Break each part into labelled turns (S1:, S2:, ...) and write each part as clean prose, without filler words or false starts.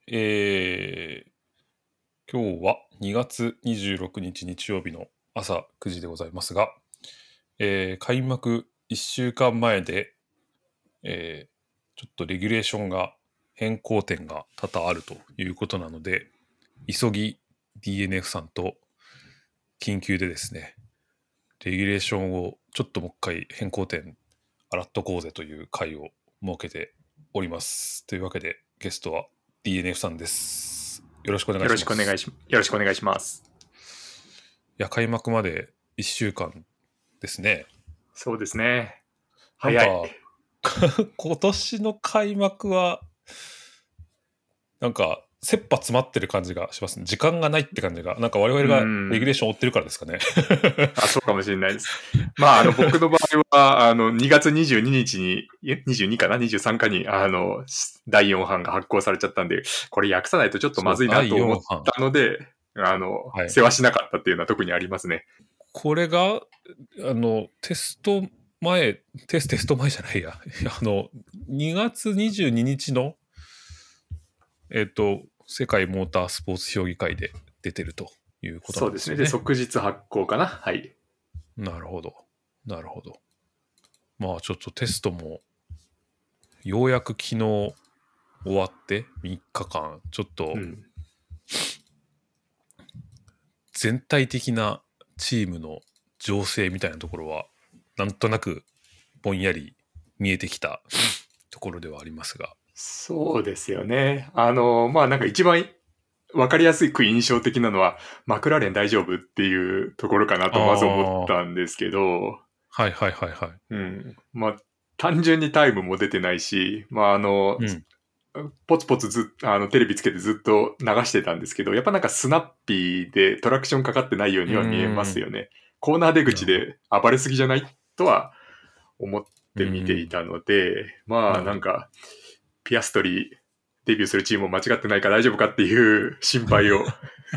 S1: 今日は2月26日日曜日の朝9時でございますが、開幕1週間前で、ちょっとレギュレーションが変更点が多々あるということなので、急ぎ DNF さんと緊急でですね、レギュレーションをちょっともう一回変更点洗っとこうぜという会を設けております。というわけでゲストは DNF さんです。よろしくお願いします。
S2: よろしくお願いします。
S1: いや、開幕まで1週間ですね。
S2: そうですね。早い。
S1: 今年の開幕はなんか切羽詰まってる感じがしますね。時間がないって感じが。なんか我々がレギュレーションを追ってるからですかね。
S2: そうかもしれないです。まあ、僕の場合は、2月22日に、22かな ?23 かに、第4版が発行されちゃったんで、これ訳さないとちょっとまずいなと思ったので、世話しなかったっていうのは特にありますね。
S1: これが、テスト前じゃないや。2月22日の、世界モータースポーツ評議会で出てるということなんですよね。
S2: そうですね。で、即日発行かな。はい。
S1: なるほど。なるほど。まあちょっとテストもようやく昨日終わって3日間ちょっと全体的なチームの情勢みたいなところはなんとなくぼんやり見えてきたところではありますが。
S2: そうですよね。まあなんか一番わかりやすく印象的なのは、マクラーレン大丈夫っていうところかなとまず思ったんですけど。
S1: はいはいはいはい。
S2: うん。まあ、単純にタイムも出てないし、まあポツポツテレビつけてずっと流してたんですけど、やっぱなんかスナッピーでトラクションかかってないようには見えますよね。コーナー出口で暴れすぎじゃないとは思って見ていたので、まあなんか、ピアストリーデビューするチームも間違ってないか大丈夫かっていう心配を。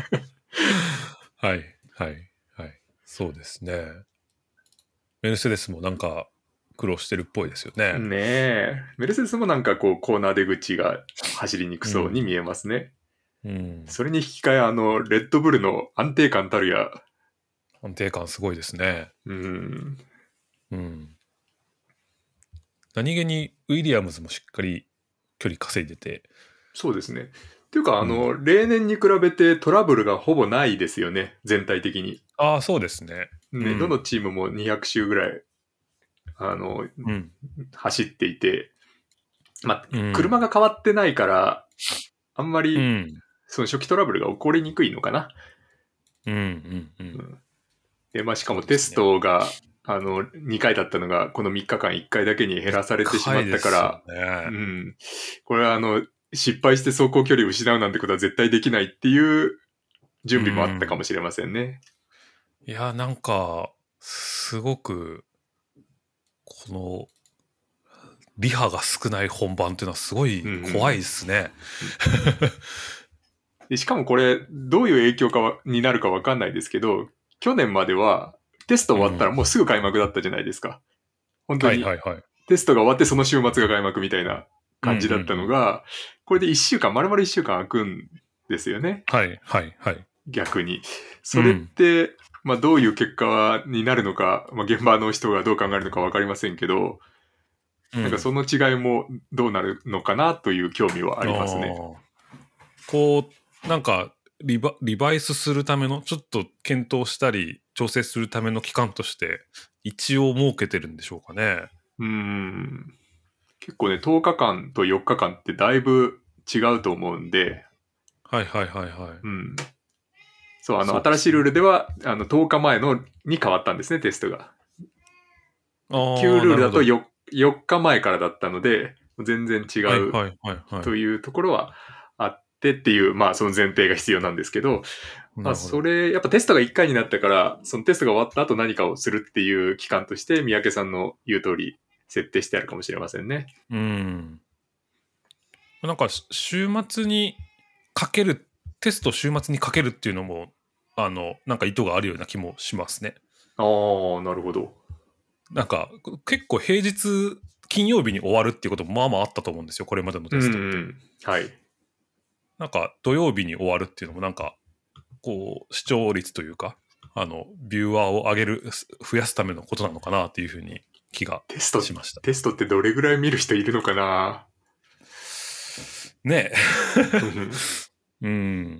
S1: はいはいはい。そうですね。メルセデスもなんか苦労してるっぽいですよね。
S2: ねえ。メルセデスもなんかこうコーナー出口が走りにくそうに見えますね。それに引き換えレッドブルの安定感たるや。
S1: 安定感すごいですね。何気にウィリアムズもしっかり距離稼いでて。
S2: そうですね。っていうか、例年に比べてトラブルがほぼないですよね。全体的に。
S1: ああ、そうですね。
S2: どのチームも200周ぐらい、走っていて、まあ、車が変わってないから、あんまり、その初期トラブルが起こりにくいのかな。で、まあ、しかもテストが、2回だったのが、この3日間1回だけに減らされてしまったから、これは失敗して走行距離を失うなんてことは絶対できないっていう準備もあったかもしれませんね。
S1: いや、なんか、すごく、この、リハが少ない本番っていうのはすごい怖いですね。
S2: でしかもこれ、どういう影響になるかわかんないですけど、去年まではテスト終わったらもうすぐ開幕だったじゃないですか。本当に、テストが終わってその週末が開幕みたいな感じだったのが、これで丸々1週間空くんですよね。
S1: はいはいはい。
S2: 逆に。それって、まあどういう結果になるのか、まあ現場の人がどう考えるのかわかりませんけど、なんかその違いもどうなるのかなという興味はありますね。
S1: こう、なんかリバイスするための、ちょっと検討したり調整するための期間として一応設けてるんでしょうかね。
S2: 結構ね、10日間と4日間ってだいぶ違うと思うんで。
S1: はいはいはいはい。
S2: そう、新しいルールでは、10日前に変わったんですね、テストが。旧ルールだと4日前からだったので、全然違うというところはあってっていう、まあその前提が必要なんですけど、まあそれ、やっぱテストが1回になったから、そのテストが終わった後何かをするっていう期間として、三宅さんの言う通り設定してあるかもしれませんね。
S1: なんか週末にかける、テスト週末にかけるっていうのも、なんか意図があるような気もしますね。
S2: ああ、なるほど。
S1: なんか結構平日金曜日に終わるっていうこともまあまああったと思うんですよ、これまでのテストって。
S2: はい。
S1: なんか土曜日に終わるっていうのもなんかこう視聴率というかビューアーを増やすためのことなのかなっていうふうに気がしました。
S2: テストってどれぐらい見る人いるのかな
S1: ねえ。うん。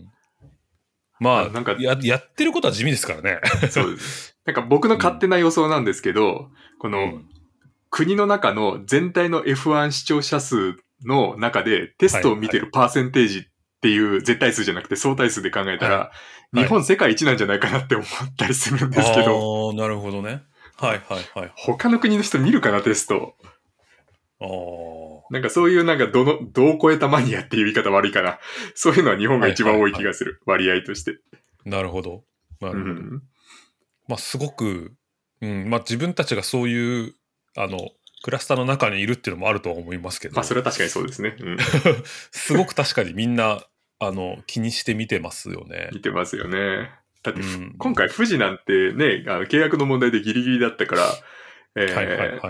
S1: まあ
S2: なんか
S1: やってることは地味ですからね。
S2: そうです。なんか僕の勝手な予想なんですけど、この国の中の全体の F1 視聴者数の中でテストを見てるパーセンテージっていう絶対数じゃなくて相対数で考えたら、日本世界一なんじゃないかなって思ったりするんですけど。
S1: ああ、なるほどね。はいはいはい。
S2: 他の国の人見るかな、テスト。なんかそういうなんか度を超えたマニアっていう言い方悪いかな。そういうのは日本が一番多い気がする。割合として。
S1: なるほど。なるほど。まあすごく、まあ自分たちがそういうクラスターの中にいるっていうのもあるとは思いますけど。
S2: まあそれは確かにそうですね。
S1: すごく確かにみんな気にして見てますよね。
S2: 見てますよね。だって、今回富士なんてね、契約の問題でギリギリだったから、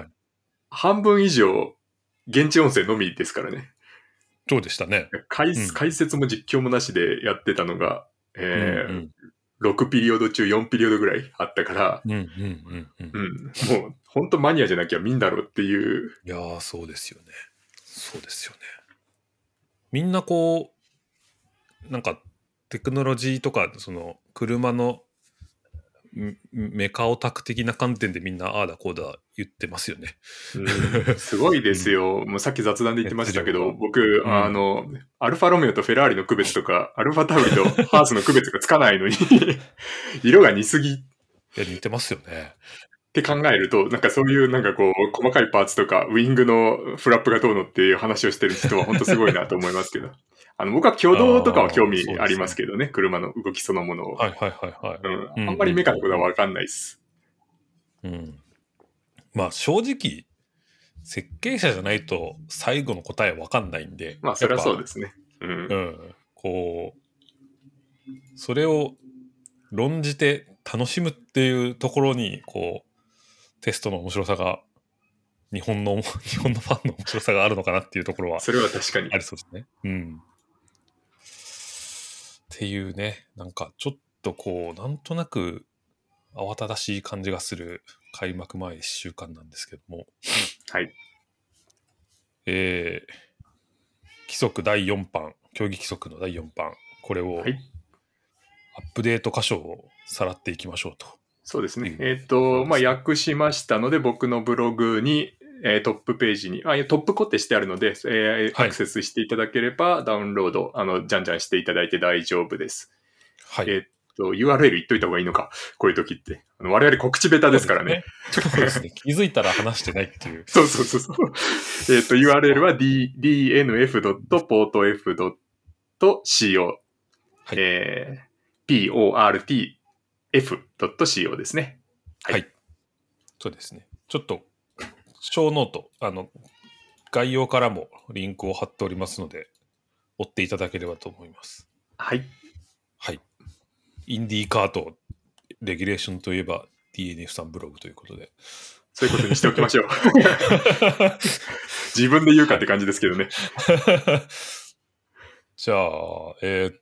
S2: 半分以上現地音声のみですからね。
S1: そうでしたね。
S2: 解説も実況もなしでやってたのが、6ピリオド中4ピリオドぐらいあったから、もう本当マニアじゃなきゃ見んだろうっていう。
S1: いやー、そうですよね。そうですよね。みんなこう、なんかテクノロジーとか、その車のメカオタク的な観点でみんなああだこうだ言ってますよね。
S2: すごいですよ。もうさっき雑談で言ってましたけど、僕、アルファロメオとフェラーリの区別とか、アルファタウリとハースの区別がつかないのに、色が似すぎ。
S1: いや、似てますよね。
S2: って考えると、なんかそういうなんかこう、細かいパーツとか、ウィングのフラップがどうのっていう話をしてる人は本当すごいなと思いますけど。僕は挙動とかは興味ありますけどね、車の動きそのものを。あんまりメカのことはわかんないです。
S1: まあ正直、設計者じゃないと最後の答えわかんないんで。
S2: まあそれはそうですね。
S1: こう、それを論じて楽しむっていうところに、こう、テストの面白さが、日本のファンの面白さがあるのかなっていうところは、
S2: それは確かに
S1: ありそうですね。っていうね、なんかちょっとこう、なんとなく慌ただしい感じがする開幕前1週間なんですけども。
S2: はい。
S1: 規則第4版、競技規則の第4版、これを、アップデート箇所をさらっていきましょうと。
S2: そうですね。まあ、訳しましたので、僕のブログに、トップページに、トップ固定してあるので、アクセスしていただければ、ダウンロード、じゃんじゃんしていただいて大丈夫です。
S1: はい。
S2: URL 言っといた方がいいのか、こういう時って。我々告知ベタですからね。
S1: そうですね。気づいたら話してないっていう。
S2: そう。URL は dnf.portf.co。
S1: はい。
S2: portf.co ですね。
S1: はい。そうですね。ちょっと、小ノート、概要からもリンクを貼っておりますので、追っていただければと思います。
S2: はい。
S1: はい。インディーカート、レギュレーションといえば DNF さんブログということで。
S2: そういうことにしておきましょう。自分で言うかって感じですけどね。
S1: じゃあ、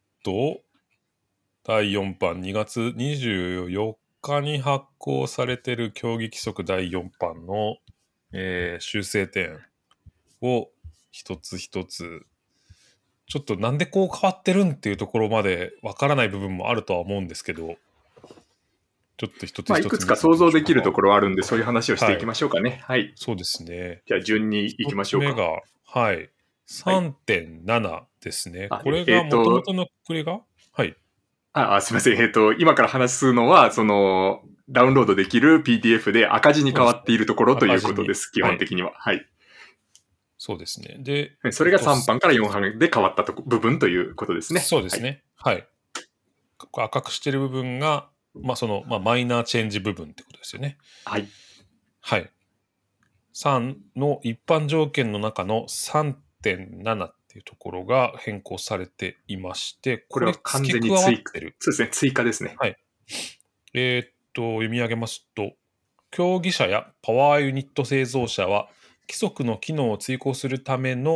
S1: 第4版2月24日に発行されている競技規則第4版の、修正点を一つ一つ、ちょっとなんでこう変わってるんっていうところまでわからない部分もあるとは思うんですけど、ちょっと一つ一つ
S2: いくつか想像できるところはあるんで、そういう話をしていきましょうかね。はい。
S1: そうですね。
S2: じゃあ順にいきましょうか。
S1: 1つ目が、はい。3.7 ですね。これが元々のくりが、はい。
S2: すみません。今から話すのは、ダウンロードできる PDF で赤字に変わっているところということです。基本的には。はい。
S1: そうですね。で、
S2: それが3版から4版で変わった部分ということですね。
S1: そうですね。はい。赤くしてる部分が、マイナーチェンジ部分ってことですよね。
S2: はい。
S1: はい。3の一般条件の中の 3.7 っていうところが変更されていまして、
S2: これは完全に追加。そうですね。追加ですね。
S1: はい。読み上げますと、競技者やパワーユニット製造者は規則の機能を追行するための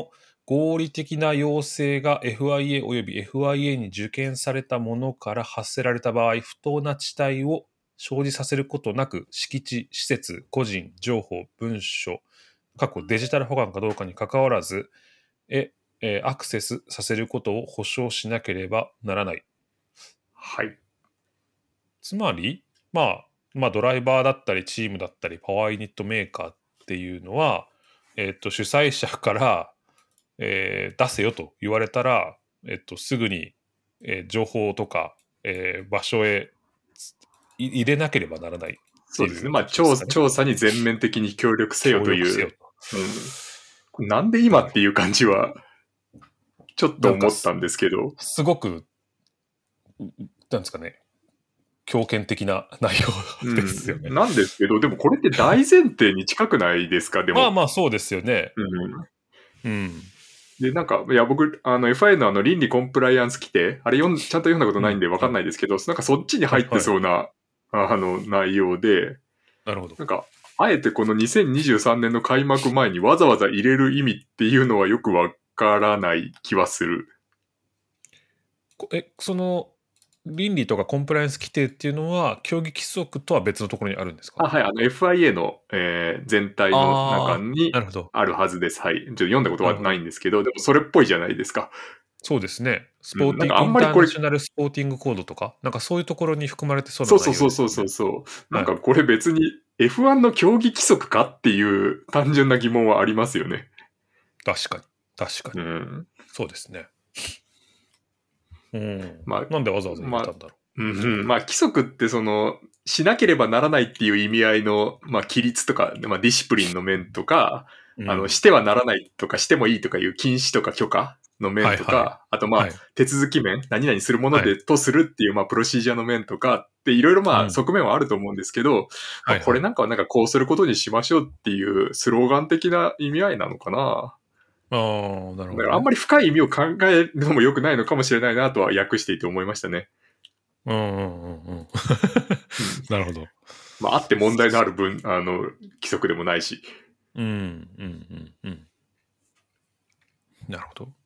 S1: 合理的な要請が FIA 及び FIA に受験されたものから発せられた場合、不当な地帯を生じさせることなく、敷地、施設、個人、情報、文書、過去デジタル保管かどうかにかかわらず、アクセスさせることを保証しなければならない。
S2: はい。
S1: つまり、まあ、ドライバーだったり、チームだったり、パワーユニットメーカーっていうのは、主催者から、出せよと言われたら、すぐに、情報とか、場所へ入れなければならないっていう
S2: そうですね。まあ、
S1: ことですかね。
S2: 調査に全面的に協力せよという。
S1: 協力せよと。
S2: なんで今っていう感じは、ちょっと思ったんですけど。
S1: すごく、なんですかね、強権的な内容ですよね。
S2: なんですけど、でもこれって大前提に近くないですか、でも。
S1: まあそうですよね。
S2: うん。で、なんか、いや、僕、FI の倫理コンプライアンス規定、あれちゃんと読んだことないんでわかんないですけど、なんかそっちに入ってそうな、内容で、
S1: なるほど。
S2: なんか、あえてこの2023年の開幕前にわざわざ入れる意味っていうのはよくわからない気はする。
S1: その倫理とかコンプライアンス規定っていうのは競技規則とは別のところにあるんですか？
S2: はい、FIA の、全体の中に
S1: なるほど。
S2: あるはずです。はい。ちょっと読んだことはないんですけど、でもそれっぽいじゃないですか。
S1: そうですね。
S2: なんかあ
S1: インター
S2: んまりこれ、
S1: ナショナルスポーティングコードとか、なんかそういうところに含まれてそうな
S2: そう
S1: 内容ですよね。
S2: なんかこれ別に F1 の競技規則かっていう単純な疑問はありますよね。
S1: 確かに。そうですね。なんでわざわざ入れたんだろ
S2: まあ規則ってしなければならないっていう意味合いの、まあ規律とか、まあディシプリンの面とか、
S1: う。
S2: してはならないとかしてもいいとかいう禁止とか許可の面とか、あとまあ手続き面、何々するものでとするっていうまあプロシージャーの面とかっていろいろまあ側面はあると思うんですけど、これなんかはなんかこうすることにしましょうっていうスローガン的な意味合いなのかな。
S1: なるほど、ね。
S2: だからあんまり深い意味を考えるのも良くないのかもしれないなとは訳していて思いましたね。
S1: なるほど。
S2: まあ、あって問題のある規則でもないし。
S1: なるほど。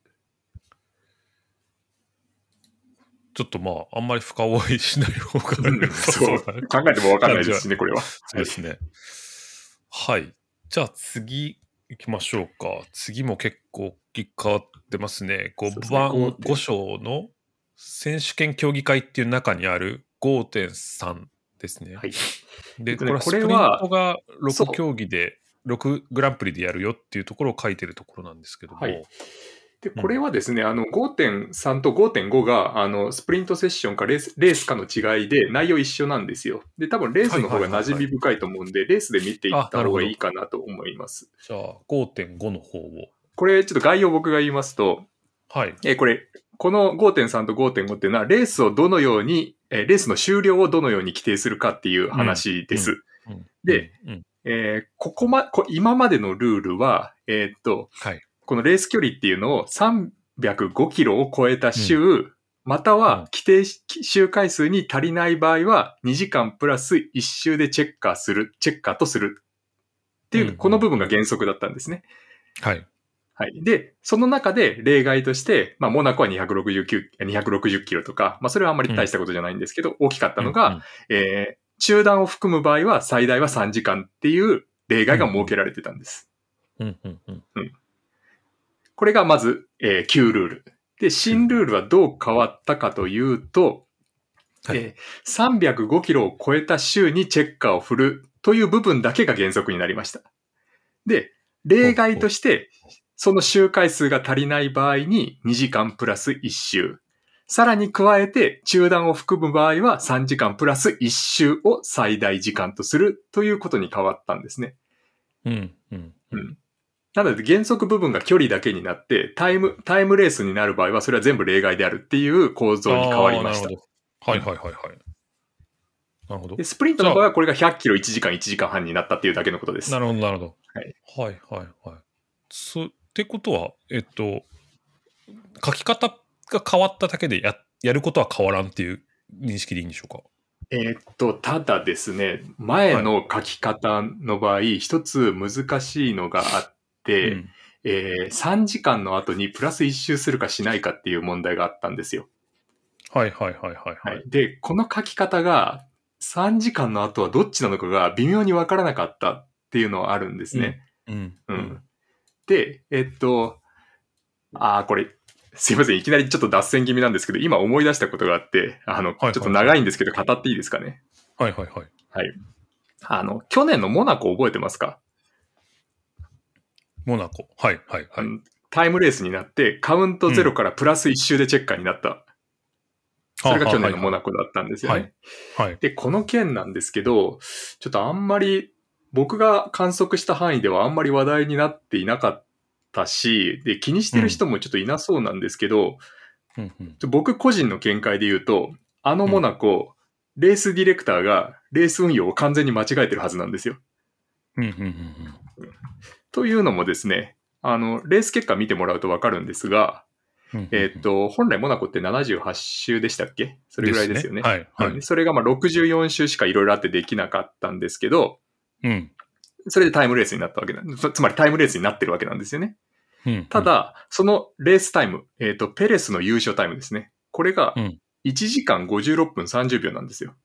S1: ちょっとまあ、あんまり深追いしない方が
S2: そう。考えてもわかんないですしね、これは。
S1: そうですね。はい。じゃあ次行きましょうか。次も結構変わってますね。5章の選手権競技会っていう中にある 5.3 ですね。
S2: はい。
S1: で、これはスプリントが6競技で、6グランプリでやるよっていうところを書いてるところなんですけども。
S2: で、これはですね、5.3 と 5.5 が、スプリントセッションかレースかの違いで、内容一緒なんですよ。で、多分レースの方が馴染み深いと思うんで、レースで見ていった方がいいかなと思います。
S1: じゃあ、5.5 の方を。
S2: これ、ちょっと概要僕が言いますと、
S1: はい。
S2: この 5.3 と 5.5 っていうのは、レースをどのように、レースの終了をどのように規定するかっていう話です。で、今までのルールは、このレース距離っていうのを305キロを超えた週、または規定周回数に足りない場合は2時間プラス1周でチェッカーとするっていう、この部分が原則だったんですね。
S1: はい。
S2: はい。で、その中で例外として、まあ、モナコは260キロとか、まあ、それはあんまり大したことじゃないんですけど、大きかったのが、中断を含む場合は最大は3時間っていう例外が設けられてたんです。これがまず、旧ルール。で、新ルールはどう変わったかというと、305キロを超えた週にチェッカーを振るという部分だけが原則になりました。で、例外として、その周回数が足りない場合に2時間プラス1周。さらに加えて中断を含む場合は3時間プラス1周を最大時間とするということに変わったんですね。なので原則部分が距離だけになってタイムレースになる場合はそれは全部例外であるっていう構造に変わりました。
S1: はい。なるほど。
S2: でスプリントの場合はこれが100キロ1時間1時間半になったっていうだけのことです。
S1: なるほど。
S2: はい。
S1: ってことは、書き方が変わっただけでやることは変わらんっていう認識でいいんでしょうか？
S2: ただですね、前の書き方の場合、一つ難しいのがあって、 3時間の後にプラス1周するかしないかっていう問題があったんですよ。
S1: はいはいはいはい
S2: は
S1: はいい。
S2: で、この書き方が3時間の後はどっちなのかが微妙にわからなかったっていうのはあるんですね。
S1: うん。
S2: で、これ、すいません。いきなりちょっと脱線気味なんですけど、今思い出したことがあって、ちょっと長いんですけど、語っていいですかね。
S1: はいはいはい。
S2: はい。去年のモナコ覚えてますか？
S1: モナコ。はいはいはい。
S2: タイムレースになって、カウント0からプラス1周でチェッカーになった。それが去年のモナコだったんですよね。
S1: はい。
S2: で、この件なんですけど、ちょっとあんまり、僕が観測した範囲ではあんまり話題になっていなかったし、で、気にしてる人もちょっといなそうなんですけど、僕個人の見解で言うと、モナコ、レースディレクターがレース運用を完全に間違えてるはずなんですよ。というのもですね、レース結果見てもらうとわかるんですが、本来モナコって78周でしたっけ？それぐらいですよね。
S1: はいはい。
S2: それがまあ64周しかいろいろあってできなかったんですけど、それでタイムレースになったわけなんです。つまりタイムレースになってるわけなんですよね。ただ、そのレースタイム、ペレスの優勝タイムですね。これが1時間56分30秒なんですよ。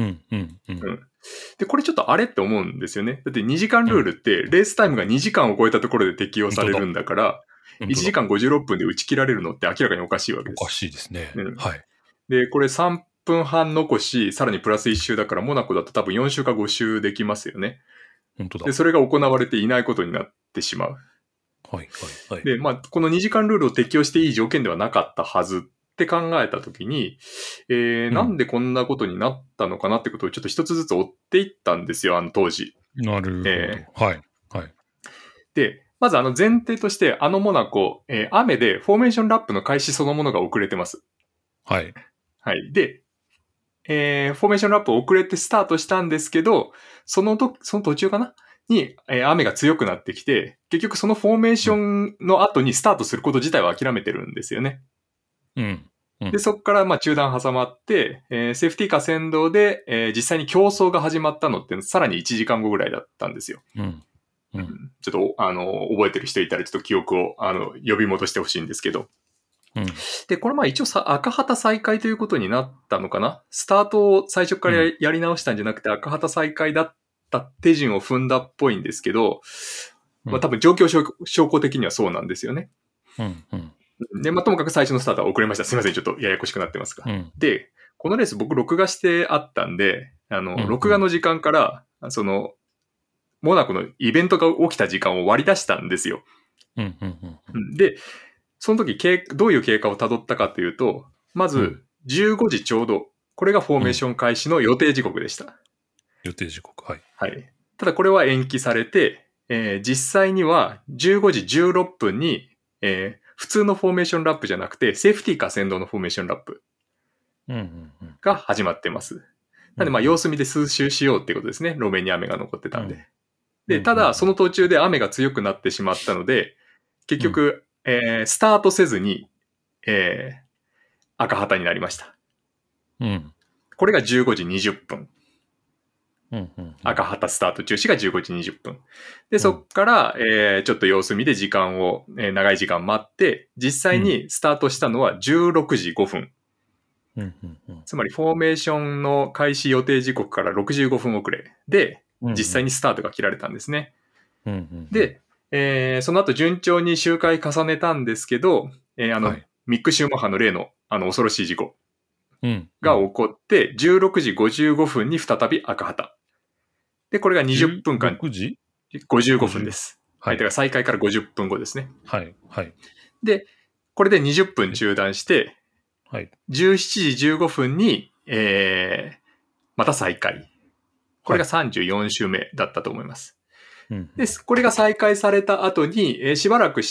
S2: で、これちょっとあれって思うんですよね。だって2時間ルールって、レースタイムが2時間を超えたところで適用されるんだから、1時間56分で打ち切られるのって明らかにおかしいわけです。
S1: おかしいですね。はい。
S2: で、これ3分半残し、さらにプラス1周だから、モナコだと多分4周か5周できますよね。
S1: 本当だ。
S2: で、それが行われていないことになってしまう。
S1: はいはいはい。
S2: で、まあ、この2時間ルールを適用していい条件ではなかったはずって考えたときに、なんでこんなことになったのかなってことをちょっと一つずつ追っていったんですよ、当時。
S1: なるほど。はい。はい。
S2: で、まず前提として、モナコ、雨でフォーメーションラップの開始そのものが遅れてます。
S1: はい。
S2: はい。で、フォーメーションラップ遅れてスタートしたんですけど、その途中かなに、雨が強くなってきて、結局そのフォーメーションの後にスタートすること自体は諦めてるんですよね。で、そこからまあ中断挟まって、セーフティーカー先導で、実際に競争が始まったのってさらに1時間後ぐらいだったんですよ。ちょっと、覚えてる人いたらちょっと記憶を、呼び戻してほしいんですけど。で、これまあ一応赤旗再開ということになったのかな？スタートを最初からやり直したんじゃなくて、赤旗再開だった手順を踏んだっぽいんですけど、まあ多分状況証拠的にはそうなんですよね。で、まあともかく最初のスタートは遅れました。すいません、ちょっとややこしくなってますが。で、このレース僕録画してあったんで、録画の時間から、モナコのイベントが起きた時間を割り出したんですよ。で、その時、どういう経過をたどったかというと、まず、15時ちょうど、これがフォーメーション開始の予定時刻でした。
S1: 予定時刻、はい。
S2: はい。ただこれは延期されて、実際には15時16分に、普通のフォーメーションラップじゃなくて、セーフティーカー先導のフォーメーションラップが始まってます。なんで、まあ、様子見で数周しようってことですね。路面に雨が残ってたんで。で、ただ、その途中で雨が強くなってしまったので、結局、スタートせずに、赤旗になりました。これが15時20分。赤旗スタート中止が15時20分。で、そっから、ちょっと様子見で時間を、長い時間待って、実際にスタートしたのは16時5分。つまり、フォーメーションの開始予定時刻から65分遅れで、実際にスタートが切られたんですね。で、その後順調に周回重ねたんですけど、ミック・シューマッハの例の恐ろしい事故が起こって、16時55分に再び赤旗。で、これが20分間。
S1: 6時
S2: ?55 分です。はい。だから再開から50分後ですね。
S1: はい。はい。
S2: で、これで20分中断して、
S1: はい。
S2: 17時15分に、また再開。これが34週目だったと思います。で、これが再開された後に、しばらくして、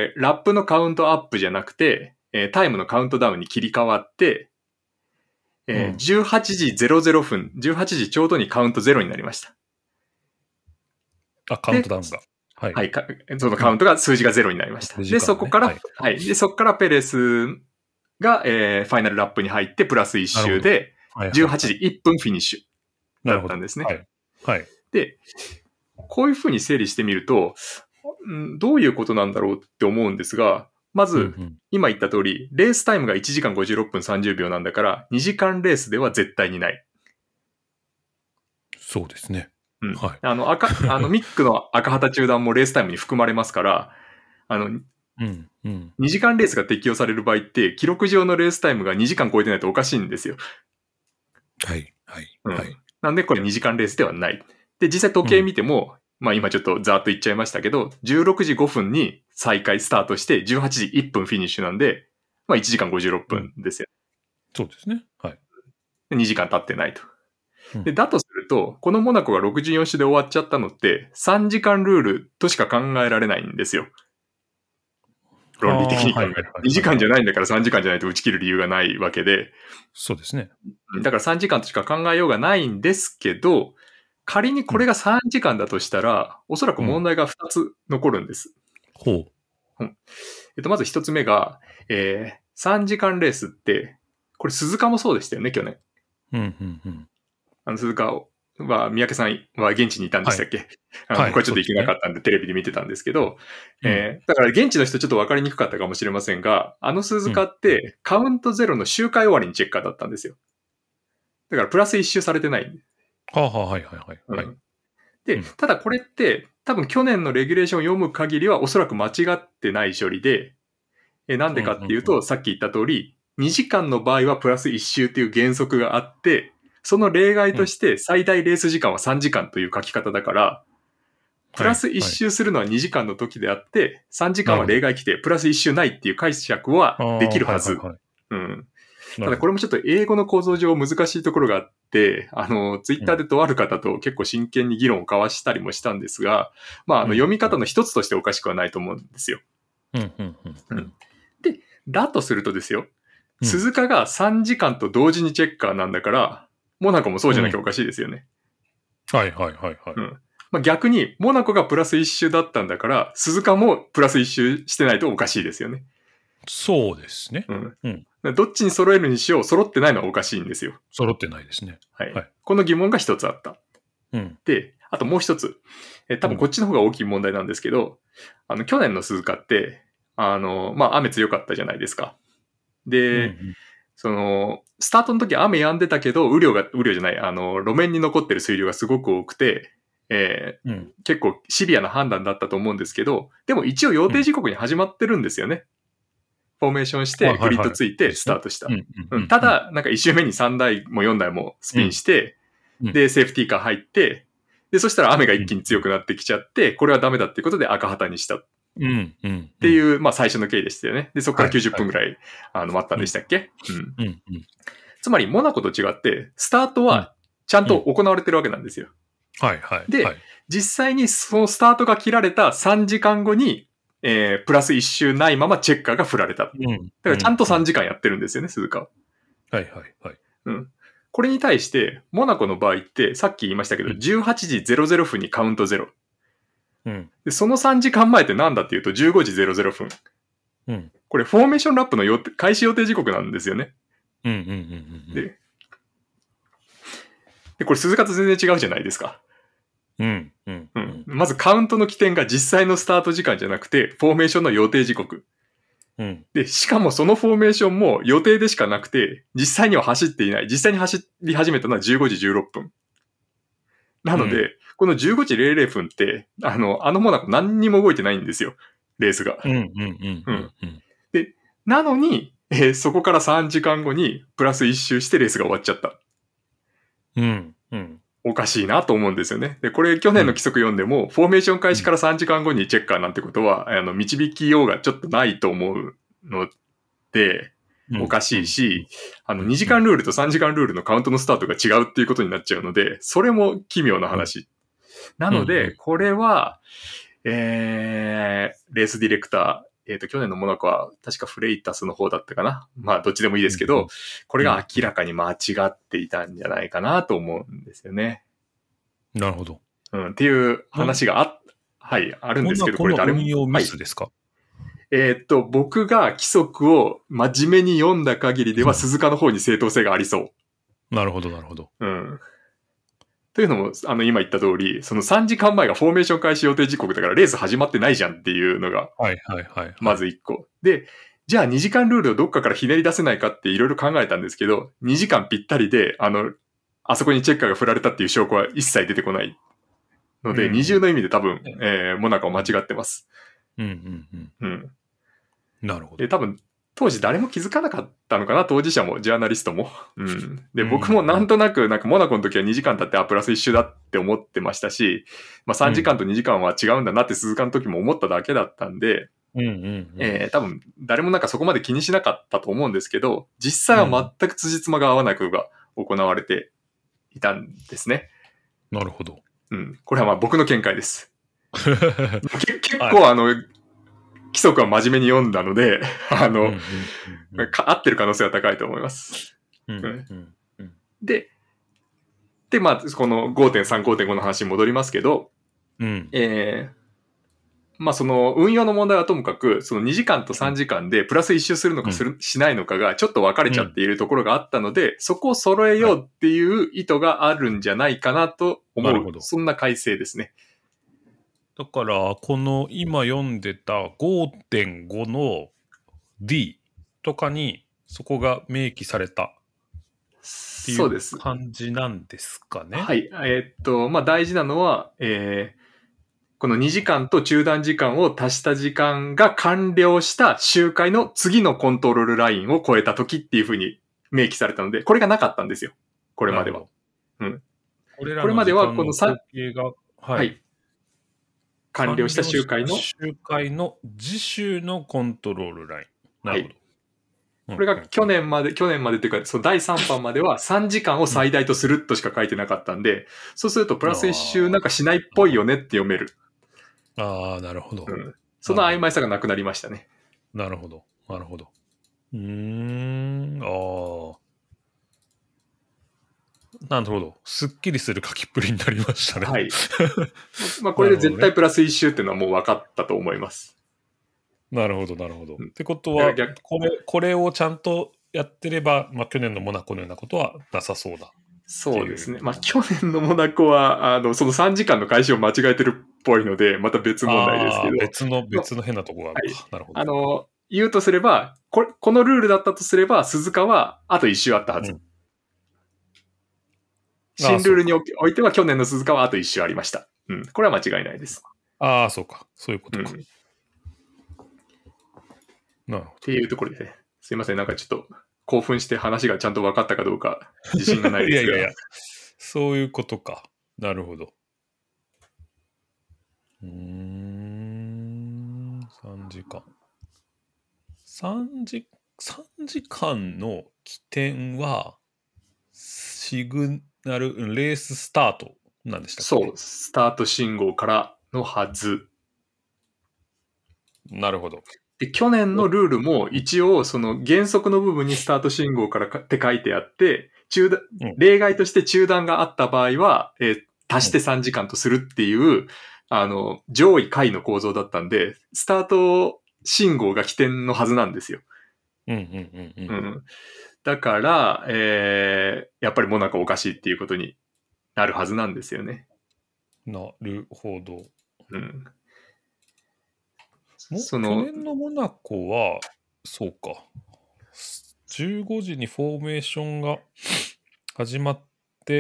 S2: ラップのカウントアップじゃなくて、タイムのカウントダウンに切り替わって、18時00分、18時ちょうどにカウント0になりました。
S1: カウントダウンが。
S2: はい。そのカウントが数字が0になりました。で、そこから、はい。で、そこからペレスが、ファイナルラップに入って、プラス1周で、18時1分フィニッシュだったんですね。
S1: はい。
S2: で、こういうふうに整理してみると、 どういうことなんだろうって思うんですが、まず、
S1: うんうん
S2: 今言った通り、レースタイムが1時間56分30秒なんだから、2時間レースでは絶対にない。
S1: そうですね。
S2: うん。
S1: はい。
S2: ミックの赤旗中断もレースタイムに含まれますから、
S1: うんうん。
S2: 2時間レースが適用される場合って、記録上のレースタイムが2時間超えてないとおかしいんですよ。
S1: はいはい
S2: うん。
S1: はい。
S2: なんでこれ2時間レースではない。で、実際時計見ても、まあ今ちょっとざーっと言っちゃいましたけど、16時5分に再開スタートして、18時1分フィニッシュなんで、まあ1時間56分ですよ。
S1: そうですね。はい。
S2: で2時間経ってないと。
S1: うん
S2: で、だとすると、このモナコが64周で終わっちゃったのって、3時間ルールとしか考えられないんですよ。論理的に考える。2時間じゃないんだから3時間じゃないと打ち切る理由がないわけで。
S1: そうですね。
S2: だから3時間としか考えようがないんですけど、仮にこれが3時間だとしたら、おそらく問題が2つ残るんです。
S1: ほう。
S2: まず1つ目が、3時間レースって、これ鈴鹿もそうでしたよね、去年。
S1: うんうんうん。
S2: 鈴鹿は、三宅さんは現地にいたんでしたっけ、
S1: はい
S2: 僕はちょっと行けなかったんで、テレビで見てたんですけど、
S1: うん
S2: だから現地の人ちょっと分かりにくかったかもしれませんが、鈴鹿ってカウントゼロの周回終わりにチェッカーだったんですよ。だからプラス1周されてない。
S1: はあはあ、はいはいはい。はい。
S2: で、ただこれって多分去年のレギュレーションを読む限りはおそらく間違ってない処理で、なんでかっていうと、さっき言った通り、2時間の場合はプラス1周っていう原則があって、その例外として最大レース時間は3時間という書き方だから、プラス1周するのは2時間の時であって、3時間は例外来て、プラス1周ないっていう解釈はできるはず。ただこれもちょっと英語の構造上難しいところがあって、ツイッターでとある方と結構真剣に議論を交わしたりもしたんですが、まあ、読み方の一つとしておかしくはないと思うんですよ。で、だとするとですよ、鈴鹿が3時間と同時にチェッカーなんだから、モナコもそうじゃなきゃおかしいですよね。
S1: はいはいはいはい。
S2: まあ、逆に、モナコがプラス1周だったんだから、鈴鹿もプラス1周してないとおかしいですよね。
S1: そうですね。
S2: どっちに揃えるにしよう、揃ってないのはおかしいんですよ。
S1: 揃ってないですね。
S2: はい。この疑問が一つあった。で、あともう一つ。多分こっちの方が大きい問題なんですけど、去年の鈴鹿って、まあ、雨強かったじゃないですか。で、スタートの時雨止んでたけど、雨量じゃない、路面に残ってる水量がすごく多くて、結構シビアな判断だったと思うんですけど、でも一応予定時刻に始まってるんですよね。フォーメーションして、グリッドついてスタートした。ただ、なんか1周目に3台も4台もスピンして、で、セーフティーカー入って、で、そしたら雨が一気に強くなってきちゃって、これはダメだっていうことで赤旗にした。っていう、まあ最初の経緯でしたよね。で、そこから90分ぐらい、待ったんでしたっけ？つまり、モナコと違って、スタートはちゃんと行われてるわけなんですよ。で、実際にそのスタートが切られた3時間後に、プラス1周ないままチェッカーが振られた。だからちゃんと3時間やってるんですよね、鈴鹿。これに対して、モナコの場合って、さっき言いましたけど、18時00分にカウント0。でその3時間前ってなんだっていうと、15時00分。これ、フォーメーションラップの開始予定時刻なんですよね。で、これ、鈴鹿と全然違うじゃないですか。まずカウントの起点が実際のスタート時間じゃなくて、フォーメーションの予定時刻。で、しかもそのフォーメーションも予定でしかなくて、実際には走っていない。実際に走り始めたのは15時16分。なので、この15時00分って、モナコ何にも動いてないんですよ。レースが。で、なのに、そこから3時間後にプラス1周してレースが終わっちゃった。おかしいなと思うんですよね。で、これ去年の規則読んでも、フォーメーション開始から3時間後にチェッカーなんてことは、導きようがちょっとないと思うので、おかしいし、2時間ルールと3時間ルールのカウントのスタートが違うっていうことになっちゃうので、それも奇妙な話。なので、これは、レースディレクター、去年のモナコは確かフレイタスの方だったかな。まあ、どっちでもいいですけど、これが明らかに間違っていたんじゃないかなと思うんですよね。
S1: なるほど。
S2: っていう話がはい、あるんですけど、
S1: これ誰も。運用ミスですか？
S2: 僕が規則を真面目に読んだ限りでは、鈴鹿の方に正当性がありそう。
S1: なるほど、なるほど。
S2: というのも、今言った通り、その3時間前がフォーメーション開始予定時刻だからレース始まってないじゃんっていうのが、
S1: はいはいはい、はい。
S2: まず1個。で、じゃあ2時間ルールをどっかからひねり出せないかっていろいろ考えたんですけど、2時間ぴったりで、あそこにチェッカーが振られたっていう証拠は一切出てこないので、二重の意味で多分、モナカを間違ってます。
S1: なるほど。
S2: で、多分、当時誰も気づかなかったのかな、当事者も、ジャーナリストも。で、僕もなんとなく、モナコの時は2時間経って、プラス一周だって思ってましたし、3時間と2時間は違うんだなって鈴鹿の時も思っただけだったんで、多分、誰もそこまで気にしなかったと思うんですけど、実際は全く辻褄が合わないことが行われていたんですね。
S1: なるほど。
S2: これは僕の見解です。結構規則は真面目に読んだので、合ってる可能性は高いと思います。で、この 5.3、5.5 の話に戻りますけど、その運用の問題はともかく、その2時間と3時間でプラス1周するのかしないのかがちょっと分かれちゃっているところがあったので、そこを揃えようっていう意図があるんじゃないかなと思う、そんな改正ですね。
S1: だから、この今読んでた 5.5 の D とかにそこが明記されたっていう感じなんですかね。
S2: はい。大事なのは、この2時間と中断時間を足した時間が完了した周回の次のコントロールラインを超えた時っていうふうに明記されたので、これがなかったんですよ。これまでは。
S1: これまではこの3、
S2: はい。完了した周回
S1: の次週のコントロールライン。なるほど。
S2: これが去年までというか、その第3版までは3時間を最大とするとしか書いてなかったんで、そうするとプラス1周しないっぽいよねって読める。
S1: ああ、なるほど。
S2: その曖昧さがなくなりましたね。
S1: なるほど。なるほど。なるほど。すっきりする書きっぷりになりましたね。
S2: はい。これで絶対プラス1周っていうのはもう分かったと思います。
S1: なるほど、なるほど。ってことは、これをちゃんとやってれば、去年のモナコのようなことはなさそうだ。
S2: そうですね。去年のモナコは、その3時間の開始を間違えてるっぽいので、また別問題ですけど。
S1: 別の変なところがあるか。なるほ
S2: ど。言うとすれば、このルールだったとすれば、鈴鹿はあと1周あったはず。新ルールにおいては去年の鈴鹿はあと1周ありました。これは間違いないです。
S1: ああ、そうか。そういうことか。なるほど。
S2: っていうところでね。すいません。ちょっと興奮して話がちゃんと分かったかどうか自信がないですが。
S1: いや。そういうことか。なるほど。3時間。3時間の起点は、シグナル、レーススタートなんでしたっけ？
S2: そう、スタート信号からのはず。
S1: なるほど。
S2: で、去年のルールも一応その原則の部分にスタート信号からって書いてあって、例外として中断があった場合は、足して3時間とするっていう、上位下位の構造だったんで、スタート信号が起点のはずなんですよ。だから、やっぱりモナコおかしいっていうことになるはずなんですよね。
S1: なるほど。
S2: 去
S1: 年のモナコは、そうか。15時にフォーメーションが始まって、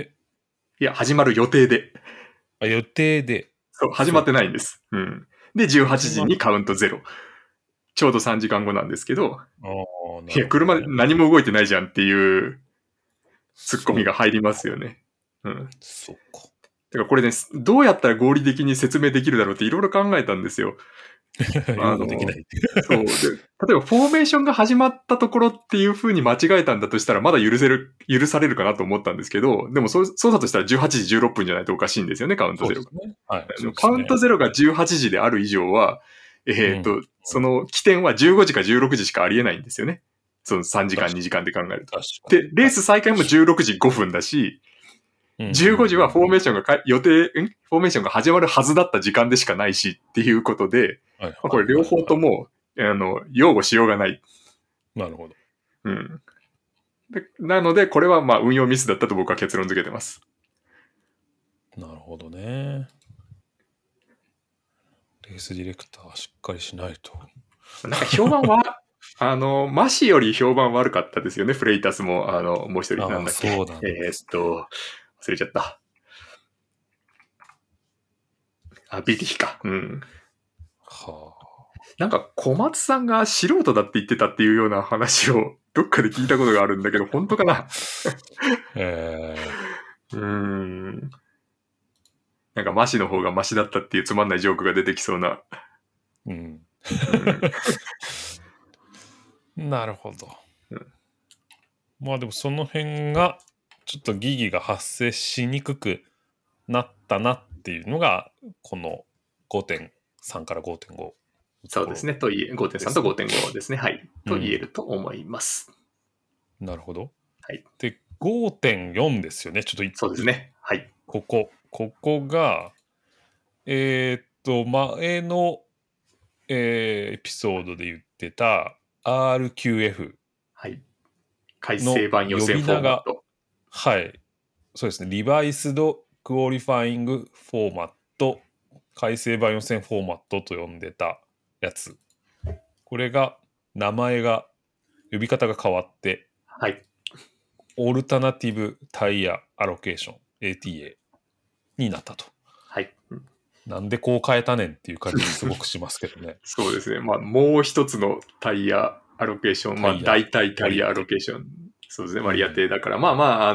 S2: いや、始まる予定で。
S1: 予定で。
S2: そう、始まってないんです。で、18時にカウント0。ちょうど3時間後なんですけど、いや、車何も動いてないじゃんっていうツッコミが入りますよね。
S1: そうか。
S2: だからこれね、どうやったら合理的に説明できるだろうっていろいろ考えたんですよ。
S1: 擁護できない。
S2: そうで。例えば、フォーメーションが始まったところっていう風に間違えたんだとしたら、まだ許されるかなと思ったんですけど、でもそうだとしたら18時16分じゃないとおかしいんですよね、カウントゼロが。カウントゼロが18時である以上は、その起点は15時か16時しかありえないんですよね。その3時間、2時間で考えると。で、レース再開も16時5分だし、15時はフォーメーションがフォーメーションが始まるはずだった時間でしかないしっていうことで、これ両方とも、擁護しようがない。
S1: なるほど。
S2: なので、これは運用ミスだったと僕は結論付けてます。
S1: なるほどね。レースディレクターしっかりしないと。
S2: なんか評判は、マシより評判悪かったですよね、フレイタスも、もう一人、なんだっけ。
S1: そうなんですね。
S2: 忘れちゃった。ビティヒか。うん。
S1: は
S2: なんか小松さんが素人だって言ってたっていうような話をどっかで聞いたことがあるんだけど、本当かな？
S1: あ。
S2: なんかマシの方がマシだったっていうつまんないジョークが出てきそうな。
S1: うん。
S2: うん、
S1: なるほど。
S2: うん、
S1: まあでもその辺がちょっと疑義が発生しにくくなったなっていうのがこの5.3から5.5のところ
S2: そうですね。5.3と
S1: ですね。
S2: 5.5ですね。はい。と言えると思います。
S1: なるほど。
S2: はい。
S1: で、5.4 ですよね。ちょっと
S2: そうですね。はい。
S1: ここが、前の、エピソードで言ってた RQF
S2: はい。改正
S1: の呼
S2: 版予選
S1: び名が、
S2: フォーマット。
S1: はい、そうですね、リバイスドクオリファイングフォーマット、改正版予選フォーマットと呼んでたやつ。これが、名前が、呼び方が変わって、
S2: はい。
S1: オルタナティブタイヤアロケーション ATA になったと。
S2: はい。
S1: なんでこう変えたねんっていう感じすごくしますけどね。
S2: そうですね。まあ、もう一つのタイヤアロケーション。まあ、
S1: タイヤ
S2: 大体タイヤア
S1: 割り当て。
S2: ロケーション。そうですね。割り当
S1: うん
S2: てだから。まあまあ、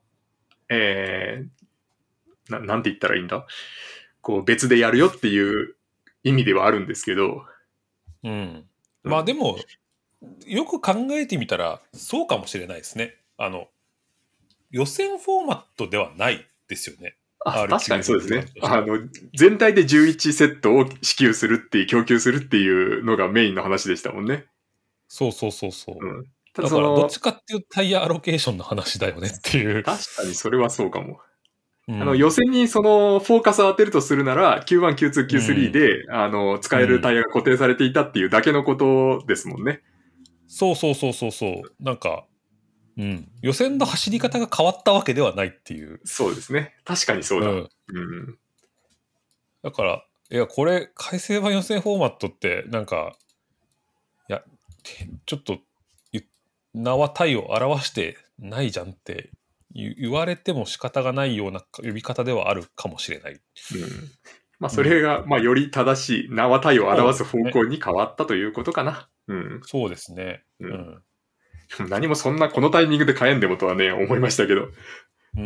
S2: なんて言ったらいいんだ？こう、別でやるよっていう意味ではあるんですけど。
S1: うん。
S2: うん、
S1: まあでも、よく考えてみたら、そうかもしれないですね。予選フォーマットではないですよね。
S2: 確かにそう
S1: RQF
S2: ですね。
S1: ブランドとしては。
S2: 全体で11セットを支給するっていう、供給するっていうのがメインの話でしたもんね。
S1: そうそうそうそう。
S2: うん。ただ
S1: だから、どっちかっていうとタイヤアロケーションの話だよねっていう。
S2: 確かにそれはそうかも。
S1: うん。
S2: 予選にそのフォーカスを当てるとするなら、Q1、Q2、
S1: う
S2: Q3
S1: ん。
S2: で、使えるタイヤが固定されていたっていうだけのことですもんね。
S1: そうそうそうそうそう。なんか、うん。予選の走り方が変わったわけではないっていう。
S2: そうですね。確かにそうだ。
S1: うん。
S2: うん。
S1: だから、いや、これ、改正版予選フォーマットって、なんか、いや、ちょっと、名は体を表してないじゃんって言われても仕方がないような呼び方ではあるかもしれない。
S2: うん。まあ、
S1: うん。
S2: それが、まあ、より正しい名は体を
S1: そう
S2: 表す
S1: ですね。
S2: 方向に変わったということかな。うん。
S1: そうですね。
S2: うん。
S1: うん。
S2: 何もそんなこのタイミングで変えんでもとはね、思いましたけど。
S1: うん。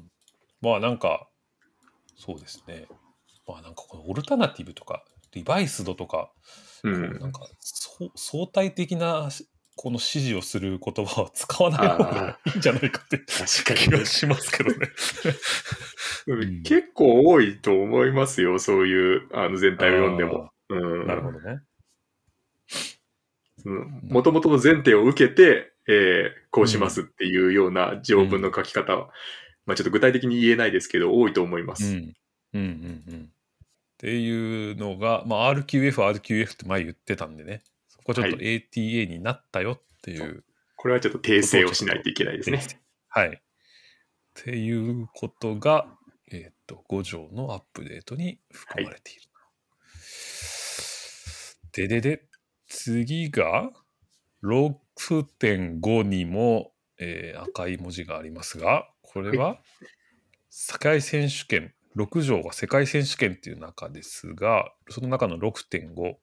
S1: まあなんか、そうですね。まあなんかこのオルタナティブとか、リバイスドとか、
S2: うん。
S1: こうなんか相対的なこの指示をする言葉は使わない方が
S2: ああ、
S1: いいんじゃないかって
S2: 確かにね。
S1: 気がしますけどね。うん。
S2: 結構多いと思いますよ、そういう、全体を読んでも。
S1: ああ、
S2: うん。
S1: なるほどね。な
S2: もと
S1: るほど。
S2: もとの前提を受けて、こうしますっ
S1: うん。
S2: ていうような条文の
S1: うん。
S2: 書き方は、まあちょっと具体的に言えないですけど、多いと思います。
S1: うん。うん。うん。うん。っていうのが、まあ、RQF って前言ってたんでね、そこちょっと
S2: はい。
S1: ATA になったよっていう
S2: これはちょっと訂
S1: ことを
S2: 正を
S1: ちょっと
S2: しないといけないです
S1: 訂正。
S2: ね。
S1: はい。っていうことが、5条のアップデートに
S2: はい。
S1: 含まれている。次が6.5にも、赤い文字がありますが、これ
S2: はい。
S1: は世界選手権、6条が世界選手権っていう中ですが、その中の6.5、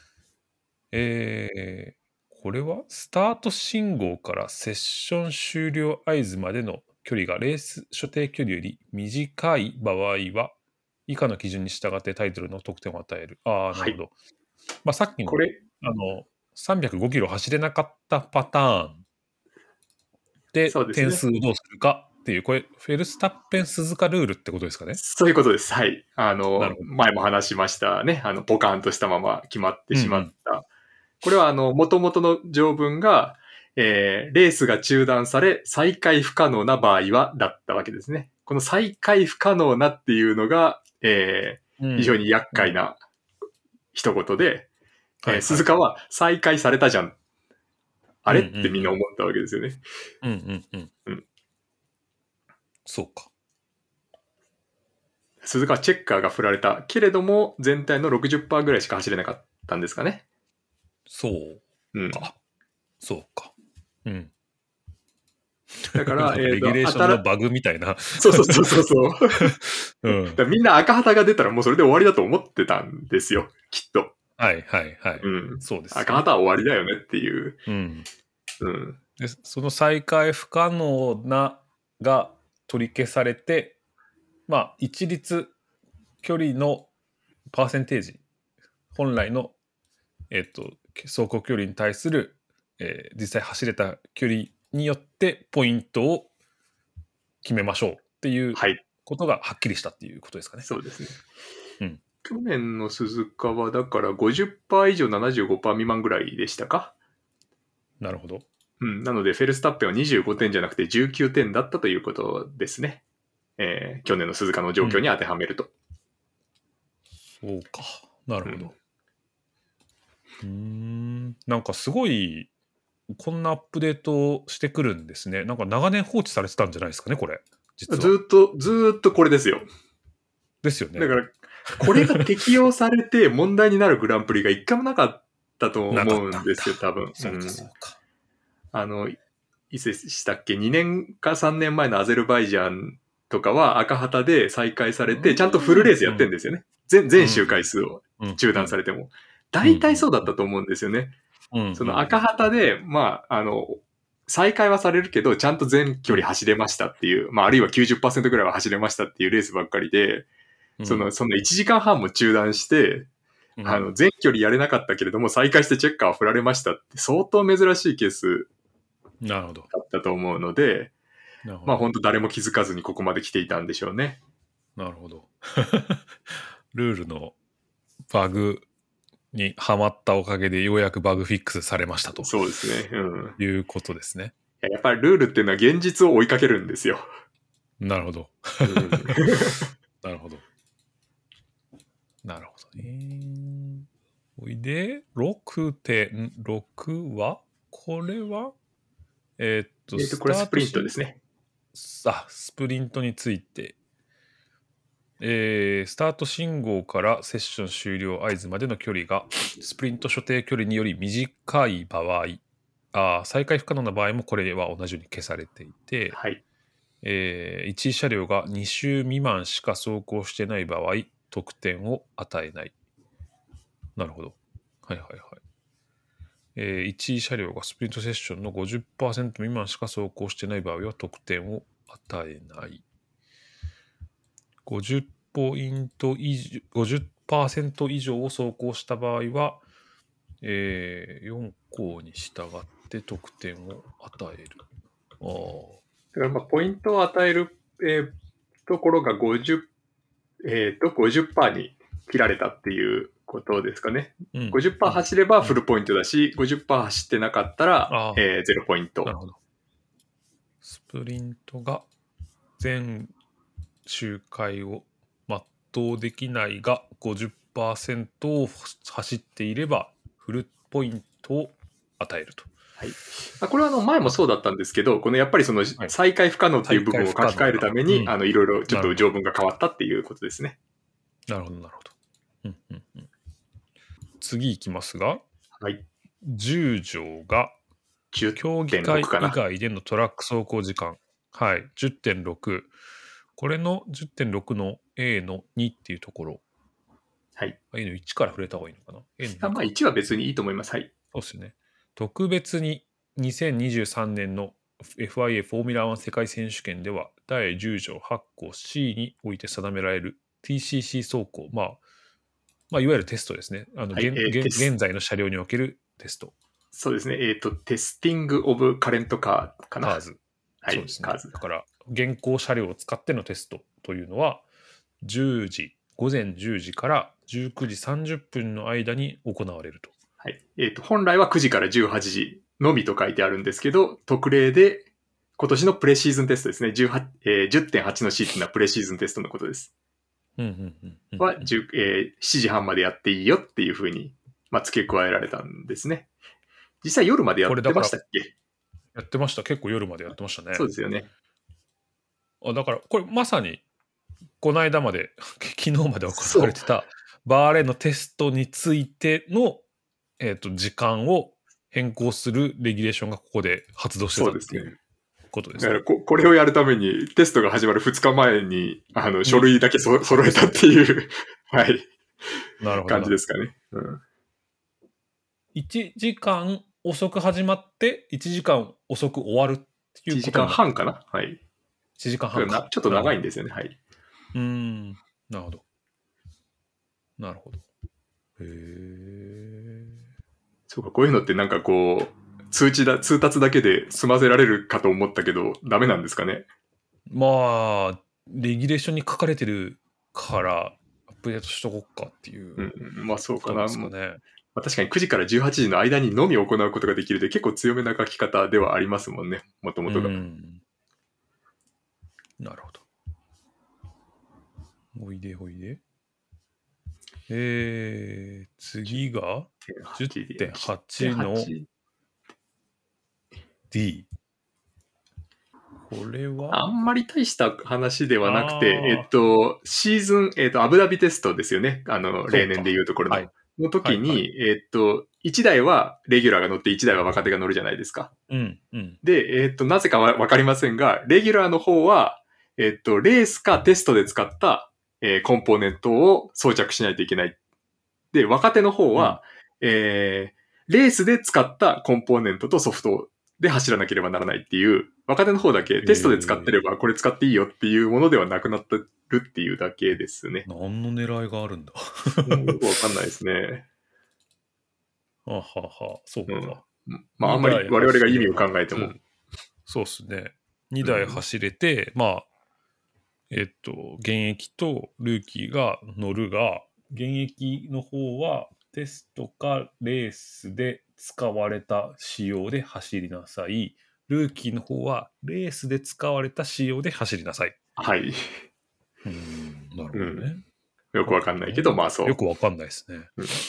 S1: これはスタート信号からセッション終了合図までの距離がレース所定距離より短い場合は、以下の基準に従ってタイトルの得点を与える。ああ、な
S2: はい。
S1: るほど。まあ、さっきの、
S2: これ、
S1: 305キロ走れなかったパターンで
S2: そうですね。
S1: 点数をどうするかっていう、これ、フェルスタッペン鈴鹿ルールってことですかね。
S2: そういうことです。はい。
S1: なるほど。
S2: 前も話しましたね。ポカーンとしたまま決まってしまっ
S1: うんうん。
S2: た。これは、元々の条文が、レースが中断され、再開不可能な場合は、だったわけですね。この再開不可能なっていうのが、
S1: うん。
S2: 非常に厄
S1: うん。
S2: 介な一言で、
S1: はいはいはい。
S2: 鈴鹿は再開されたじゃん。あ
S1: うんう
S2: れってみんな
S1: ん
S2: 思ったわけですよね。
S1: うん。うんうんうん。
S2: うん。
S1: そうか。
S2: 鈴鹿はチェッカーが振られたけれども、全体の 60% ぐらいしか走れなかったんですかね。
S1: そう
S2: うん。
S1: か。そうか。うん。
S2: だか
S1: な
S2: ら、
S1: んかレギュレーションのバグみたいな。
S2: そうそうそうそうそう。
S1: うん。
S2: だみんな赤旗が出たらもうそれで終わりだと思ってたんですよ、きっと。
S1: はいはいはい。
S2: うん。
S1: そうです、ね。
S2: 赤旗は終わりだよねっていう。
S1: うん。
S2: うん。
S1: で、その再開不可能なが取り消されて、まあ、一律距離のパーセンテージ、本来の、走行距離に対する、実際走れた距離によってポイントを決めましょうっていう
S2: はい。
S1: ことがはっきりしたっていうことですかね。
S2: そうですね。
S1: うん。
S2: 去年の鈴鹿はだから 50% 以上 75% 未満ぐらいでしたか。
S1: なるほど。
S2: うん。なので、フェルスタッペンは25点じゃなくて19点だったということですね。去年の鈴鹿の状況に当てはめると。
S1: そうか。なるほ
S2: うん
S1: ど。なんかすごい、こんなアップデートをしてくるんですね。なんか長年放置されてたんじゃないですかね、これ。実は。
S2: ずーっとこれですよ。
S1: ですよね。
S2: だから、これが適用されて問題になるグランプリが一回もなかったと
S1: なか
S2: 思
S1: ったんだ。
S2: うんですよ、多分。
S1: そうか、そうか。
S2: いつでしたっけ ?2 年か3年前のアゼルバイジャンとかは赤旗で再開されて、ちゃんとフルレースやってんですよね。全周回数を中断されても。大体そうだったと思うんですよね。その赤旗で、まあ、再開はされるけど、ちゃんと全距離走れましたっていう、まあ、あるいは 90% ぐらいは走れましたっていうレースばっかりで、その1時間半も中断して、全距離やれなかったけれども、再開してチェッカーを振られましたって相当珍しいケース
S1: なるほど。
S2: だったと思うので、まあ本当誰も気づかずにここまで来ていたんでしょうね。
S1: なるほど。ルールのバグにはまったおかげでようやくバグフィックスされましたと
S2: そうですね。うん。
S1: いうことですね。
S2: やっぱりルールっていうのは現実を追いかけるんですよ。
S1: なるほど。
S2: うん、
S1: なるほど。なるほどね。おいで、6.6 はこれはス
S2: これスプリント
S1: タート
S2: ですね。
S1: スプリントについて、スタート信号からセッション終了合図までの距離がスプリント所定距離により短い場合、再開不可能な場合もこれは同じように消されていて、
S2: はい。
S1: 1位車両が2周未満しか走行してない場合、得点を与えない。なるほど。はいはいはい。1位車両がスプリントセッションの 50% 未満しか走行してない場合は得点を与えない。50ポイント以上、50%以上を走行した場合は、4項に従って得点を与える。
S2: だからまあポイントを与える、ところが50%に切られたっていうことですかね。50% 走ればフルポイントだし、50% 走ってなかったら、0ポイント。
S1: なるほど。スプリントが全周回を全うできないが 50% を走っていればフルポイントを与えると。
S2: はい。これは前もそうだったんですけど、このやっぱりその再開不可能っていう部分を書き換えるために、いろいろちょっと条文が変わったっていうことですね。
S1: なるほど、なるほど。次いきますが、
S2: はい。
S1: 10条が競技会以外でのトラック走行時間。はい。10.6。これの10.6の A の2っていうところ。
S2: はい。
S1: A の1から触れた方がいいのかな。A の2か。
S2: まあ1は別にいいと思います。はい。
S1: そうですね。特別に2023年の FIA フォーミュラ1世界選手権では第10条8項 C において定められる TCC 走行。まあ、いわゆるテストですね。現在の車両におけるテスト。
S2: そうですね。テスティング・オブ・カレント・カーかな。
S1: カーズ。
S2: はい、
S1: そうですね。だから、現行車両を使ってのテストというのは、午前10時から19時30分の間に行われると。
S2: はい。本来は9時から18時のみと書いてあるんですけど、特例で今年のプレシーズンテストですね。10.8 の C っていうのはプレシーズンテストのことです。は、7時半までやっていいよっていうふうに、付け加えられたんですね。実際夜までやってましたっけ？
S1: やってました。結構夜までやってましたね。
S2: そうですよね。
S1: だから、これまさにこの間まで昨日まで行われてたバーレーンのテストについての、時間を変更するレギュレーションがここで発動してたっていうことですね。
S2: だからこれをやるためにテストが始まる2日前に書類だけ揃えたっていうはい、
S1: なるほど
S2: 感じですかね。
S1: 1時間遅く始まって1時間遅く終わるっていう
S2: 1時間半かな。はい。
S1: 1時間半か。
S2: ちょっと長いんですよね。はい。
S1: なるほど。なるほど。へえ。
S2: そうか、こういうのってなんかこう、通達だけで済ませられるかと思ったけど、ダメなんですかね。
S1: まあ、レギュレーションに書かれてるからアップデートしとこっかっていう
S2: まあそうかな。
S1: ですかね。
S2: まあ、確かに9時から18時の間にのみ行うことができるで結構強めな書き方ではありますもんね。もともとが。
S1: なるほど。おいでおいで。次が 10.8 の D。これは
S2: あんまり大した話ではなくて、シーズン、アブダビテストですよね。例年でいうところの。の時に、1台はレギュラーが乗って1台は若手が乗るじゃないですか。で、なぜかわかりませんが、レギュラーの方は、レースかテストで使った、コンポーネントを装着しないといけない。で、若手の方は、レースで使ったコンポーネントとソフトで走らなければならないっていう、若手の方だけテストで使ってればこれ使っていいよっていうものではなくなってるっていうだけですね。
S1: 何の狙いがあるんだ
S2: よくわかんないですね。
S1: はは、そうか。
S2: まああんまり我々が意味を考えても。
S1: そうですね。2台走れて、まあ、現役とルーキーが乗るが、現役の方はテストかレースで使われた仕様で走りなさい。ルーキーの方はレースで使われた仕様で走りなさい。
S2: はい。
S1: なるほどね。
S2: よくわかんないけど、まあそう。
S1: よくわかんないですね。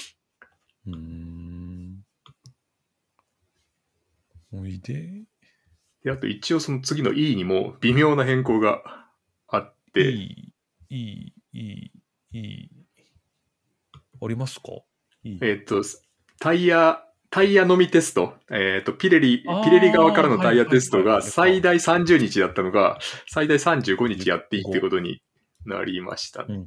S1: おいで。
S2: で、あと一応その次の E にも微妙な変更があって。
S1: ありますか？
S2: タイヤのみテスト。ピレリ側からのタイヤテストが最大30日だったのが、最大35日やっていいってことになりましたね。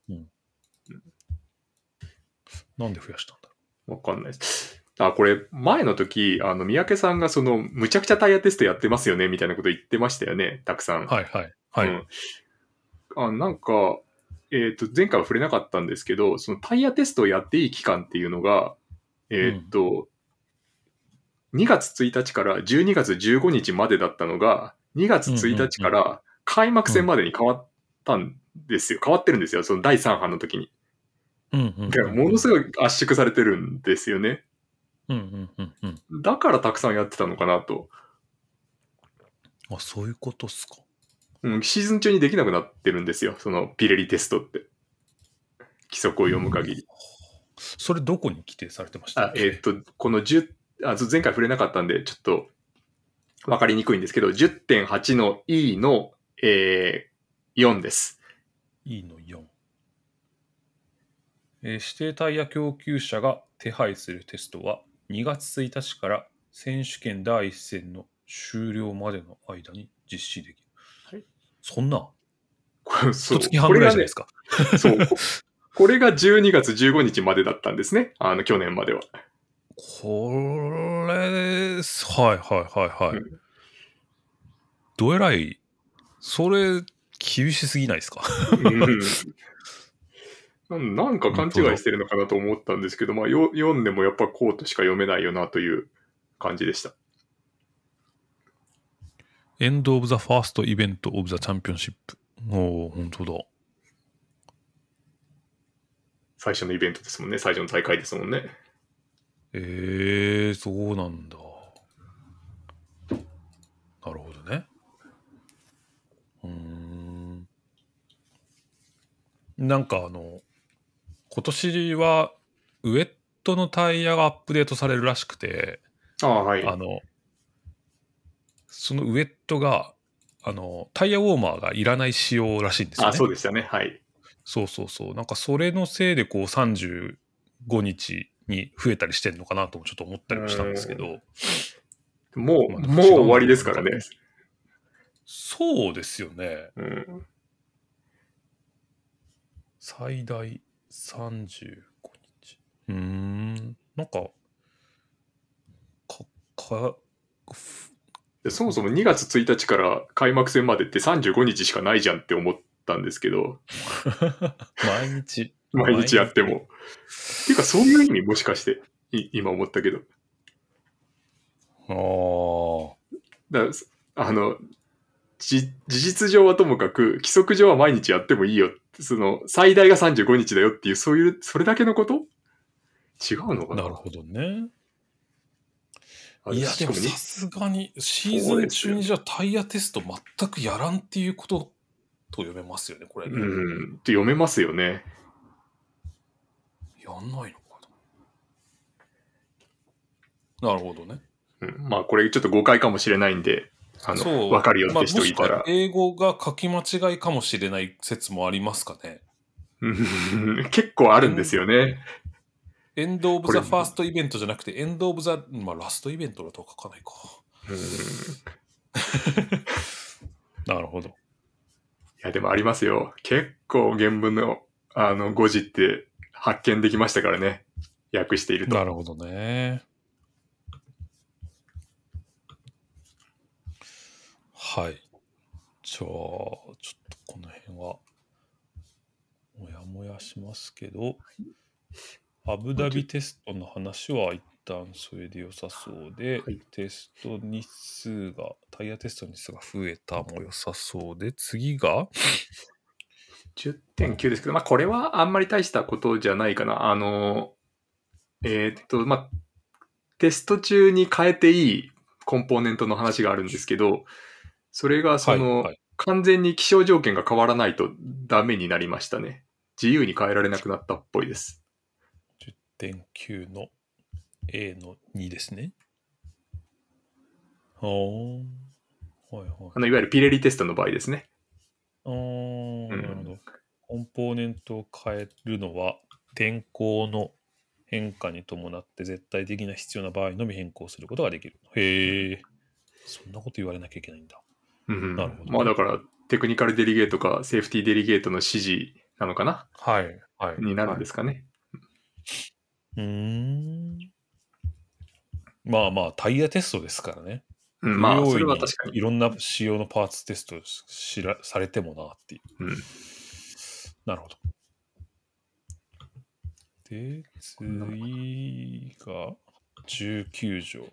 S1: なんで増やしたんだろ
S2: う。わかんないです。これ、前の時、三宅さんがむちゃくちゃタイヤテストやってますよね、みたいなこと言ってましたよね、たくさん。なんか、前回は触れなかったんですけど、そのタイヤテストをやっていい期間っていうのが、2月1日から12月15日までだったのが、2月1日から開幕戦までに変わったんですよ。変わってるんですよ、その第3版の時に。ものすごい圧縮されてるんですよね。だからたくさんやってたのかなと。
S1: そういうことっすか。
S2: シーズン中にできなくなってるんですよ、そのピレリテストって。規則を読む限り。
S1: それどこに規定されてましたっけ？
S2: この前回触れなかったんで、ちょっとわかりにくいんですけど、10.8 の E の、4です。
S1: E の4。指定タイヤ供給者が手配するテストは2月1日から選手権第1戦の終了までの間に実施できる。はい、そんな
S2: そう。
S1: 月半ぐらいじゃないですか。
S2: そう。これが12月15日までだったんですね。去年までは。
S1: これ、はい。どえらい、それ、厳しすぎないですか？
S2: なんか勘違いしてるのかなと思ったんですけど、まあ、読んでもやっぱこうとしか読めないよなという感じでした。
S1: End of the first event of the championship。本当だ。
S2: 最初のイベントですもんね。最初の大会ですもんね。
S1: そうなんだ。なるほどね。なんか今年はウエットのタイヤがアップデートされるらしくて、
S2: はい。
S1: そのウエットがタイヤウォーマーがいらない仕様らしいんですよね。
S2: そうでしたね。はい。
S1: そうそうそう。なんかそれのせいでこう35日に増えたりしてんのかなともちょっと思ったりもしたんですけど。
S2: もう
S1: まあ、でも違うんだろうな
S2: 終わりですからね。
S1: そうですよね。
S2: うん。
S1: 最大35日。なんか、か、
S2: でそもそも2月1日から開幕戦までって35日しかないじゃんって思ったんですけど、
S1: 毎日。
S2: 毎日やっても。っていうか、そういう意味もしかして、今思ったけど。
S1: ああ。
S2: だから事実上はともかく、規則上は毎日やってもいいよ。最大が35日だよっていう、それだけのこと違うのかな。
S1: なるほどね。いや、
S2: しかも
S1: でもさすがにシーズ
S2: そう
S1: ン
S2: ですよね。
S1: 中にじゃあタイヤテスト全くやらんっていうことと読めますよね、これね。
S2: って読めますよね。
S1: やんないのかな。なるほどね。
S2: まあ、これちょっと誤解かもしれないんで、わ
S1: そう。
S2: かるよって
S1: まあ、もしくは
S2: 人いたら。
S1: 英語が書き間違いかもしれない説もありますかね。
S2: 結構あるんで
S1: エン
S2: すよね。
S1: エンド・オブ・
S2: これ、
S1: ザ・ファーストイベントじゃなくて、エンド・オブ・ザ・まあ、ラストイベントだと書かないか。なるほど。
S2: いや、でもありますよ。結構原文の、誤字って発見できましたからね。訳していると。
S1: なるほどね。はい。じゃあ、ちょっとこの辺は、もやもやしますけど、アブダビテストの話は一旦それで良さそうで、
S2: はい、
S1: テスト日数が、タイヤテスト日数が増えたも良さそうで、次が
S2: 10.9ですけど、まあ、これはあんまり大したことじゃないかな。まあ、テスト中に変えていいコンポーネントの話があるんですけど、それが
S1: はい、はい。
S2: 完全に気象条件が変わらないとダメになりましたね。自由に変えられなくなったっぽいです。
S1: 10.9の A の2ですね。はいはい。
S2: いわゆるピレリテストの場合ですね。
S1: なるほ
S2: うん
S1: ど。コンポーネントを変えるのは、天候の変化に伴って絶対的な必要な場合のみ変更することができる。へえ、そんなこと言われなきゃいけないんだ。なるほどね。
S2: まあだから、テクニカルデリゲートかセーフティーデリゲートの指示なのかな
S1: はい、はい、
S2: になるん
S1: はい。
S2: ですかね。
S1: まあまあ、タイヤテストですからね。不
S2: まあ、それ
S1: 用意に
S2: は確かに。
S1: いろんな仕様のパーツテストされてもなっていう。
S2: うん。
S1: なるほど。で、次が19条。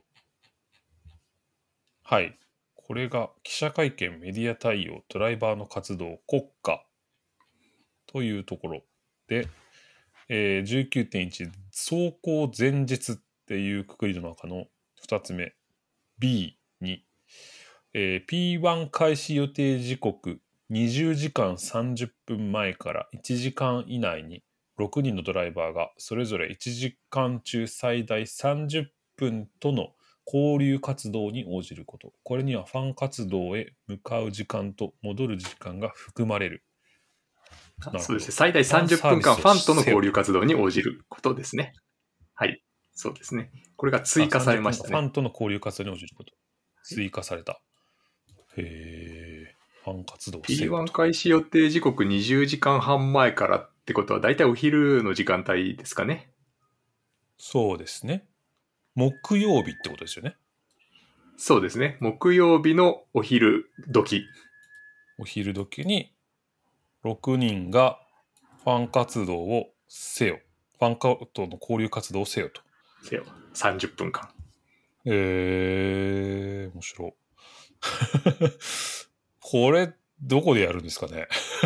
S1: はい。これが記者会見、メディア対応、ドライバーの活動、国家というところで、19.1、走行前日っていうくくりの中の2つ目、B に、P1 開始予定時刻20時間30分前から1時間以内に6人のドライバーがそれぞれ1時間中最大30分との交流活動に応じること。これにはファン活動へ向かう時間と戻る時間が含まれる。なるほど。
S2: そうですね。最大
S1: ファン
S2: 30
S1: サービスを
S2: 分間ファンとの
S1: せよ。
S2: 交流活動に応じることですね。はい。そうですね。これが追加さ
S1: 30
S2: れましたね。
S1: 分間ファンとの交流活動に応じること。追加された。へえ。ファン活動せよ
S2: P1
S1: と。
S2: 開始予定時刻20時間半前からってことは、だいたいお昼の時間帯ですかね。
S1: そうですね。木曜日ってことですよね。
S2: そうですね。木曜日のお昼時。
S1: お昼時に6人がファン活動をせよ。ファンとの交流活動をせよと。
S2: せよ。30分間。
S1: 面白い。これ、どこでやるんですかね。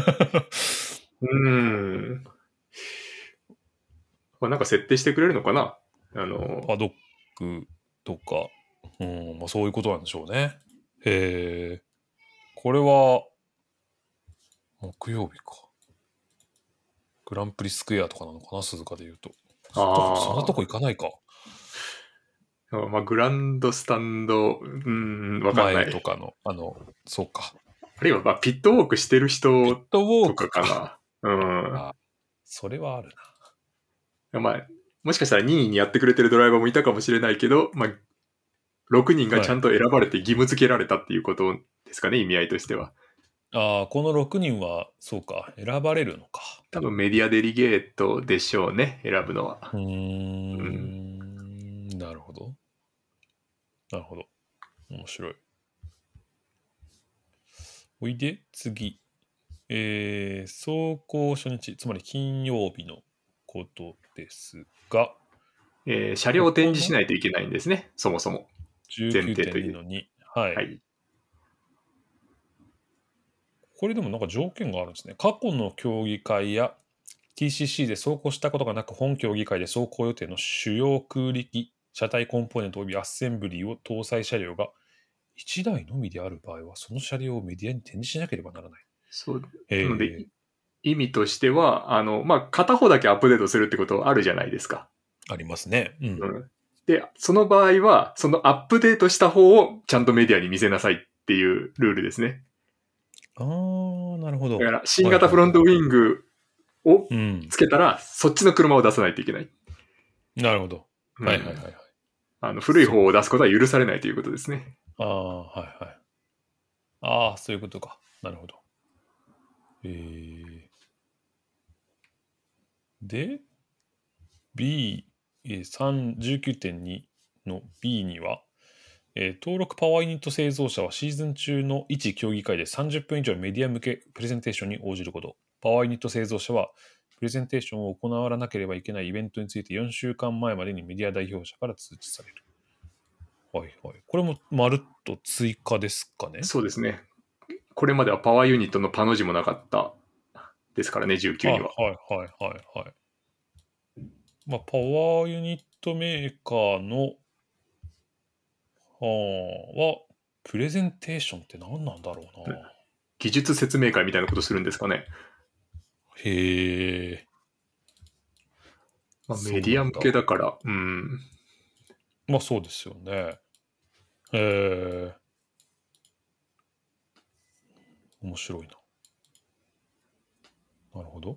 S2: なんか設定してくれるのかな
S1: パドックとか、まあ、そういうことなんでしょうね。これは、木曜日か。グランプリスクエアとかなのかな、鈴鹿で言うと。そんなとこ行かないか。
S2: まあ、グランドスタンド、わかんない。
S1: 前とかの、そうか。
S2: あるいはまあピットウォークしてる
S1: ピッ
S2: 人
S1: トウォー
S2: とか
S1: クか。
S2: かな。
S1: あ、それはある
S2: まあ、もしかしたら任意にやってくれてるドライバーもいたかもしれないけど、まあ、6人
S1: な。はい。
S2: がちゃんと選ばれて義務付けられたっていうことですかね、意味合いとしては。
S1: ああ、この6人は、そうか、選ばれるのか。
S2: 多分メディアデリゲートでしょうね、選ぶのは。うん。
S1: なるほど。なるほど。面白い。おいで、次。走行初日、つまり金曜日のことですが、
S2: 車両を展示し
S1: ここの
S2: ないといけないんですね、そもそも。前提と
S1: 19.2
S2: いう。
S1: の2。はい。
S2: はい。
S1: これでもなんか条件があるんですね。過去の競技会や TCC で走行したことがなく本競技会で走行予定の主要空力、車体コンポーネント及びアッセンブリーを搭載車両が1台のみである場合は、その車両をメディアに展示しなければならない。
S2: そう。なので、
S1: え
S2: 意味としては、まあ、片方だけアップデートするってことあるじゃないですか。
S1: ありますね。うん。
S2: うん。で、その場合は、そのアップデートした方をちゃんとメディアに見せなさいっていうルールですね。
S1: あー、なるほど。
S2: だから、新
S1: はいはいはい。
S2: 型フロントウィングを
S1: うん。
S2: つけたら、そっちの車を出さないといけない。
S1: なるほど。
S2: うん。
S1: はいはいはいはい。
S2: 古い
S1: そういう
S2: 方を出すこと
S1: ことか。
S2: は許されないということですね。
S1: ああ、はいはい。ああ、そういうことか。なるほど。で、B、19.2の B には、登録パワーユニット製造者はシーズン中の一競技会で30分以上メディア向けプレゼンテーションに応じること。パワーユニット製造者はプレゼンテーションを行わなければいけないイベントについて4週間前までにメディア代表者から通知される。はいはい。これもまるっと追加ですかね。
S2: そうですね。これまではパワーユニットのパの字もなかったですからね、19
S1: あ、
S2: には。
S1: はいはいはいはい。まあ、パワーユニットメーカーの、プレゼンテーションって何なんだろうな。
S2: 技術説明会みたいなことするんですかね。
S1: へえ、
S2: まあ、
S1: そ
S2: メディア向
S1: うなんだ。
S2: けだから、うん。
S1: まあそうですよね。へえ、面白いな。なるほど。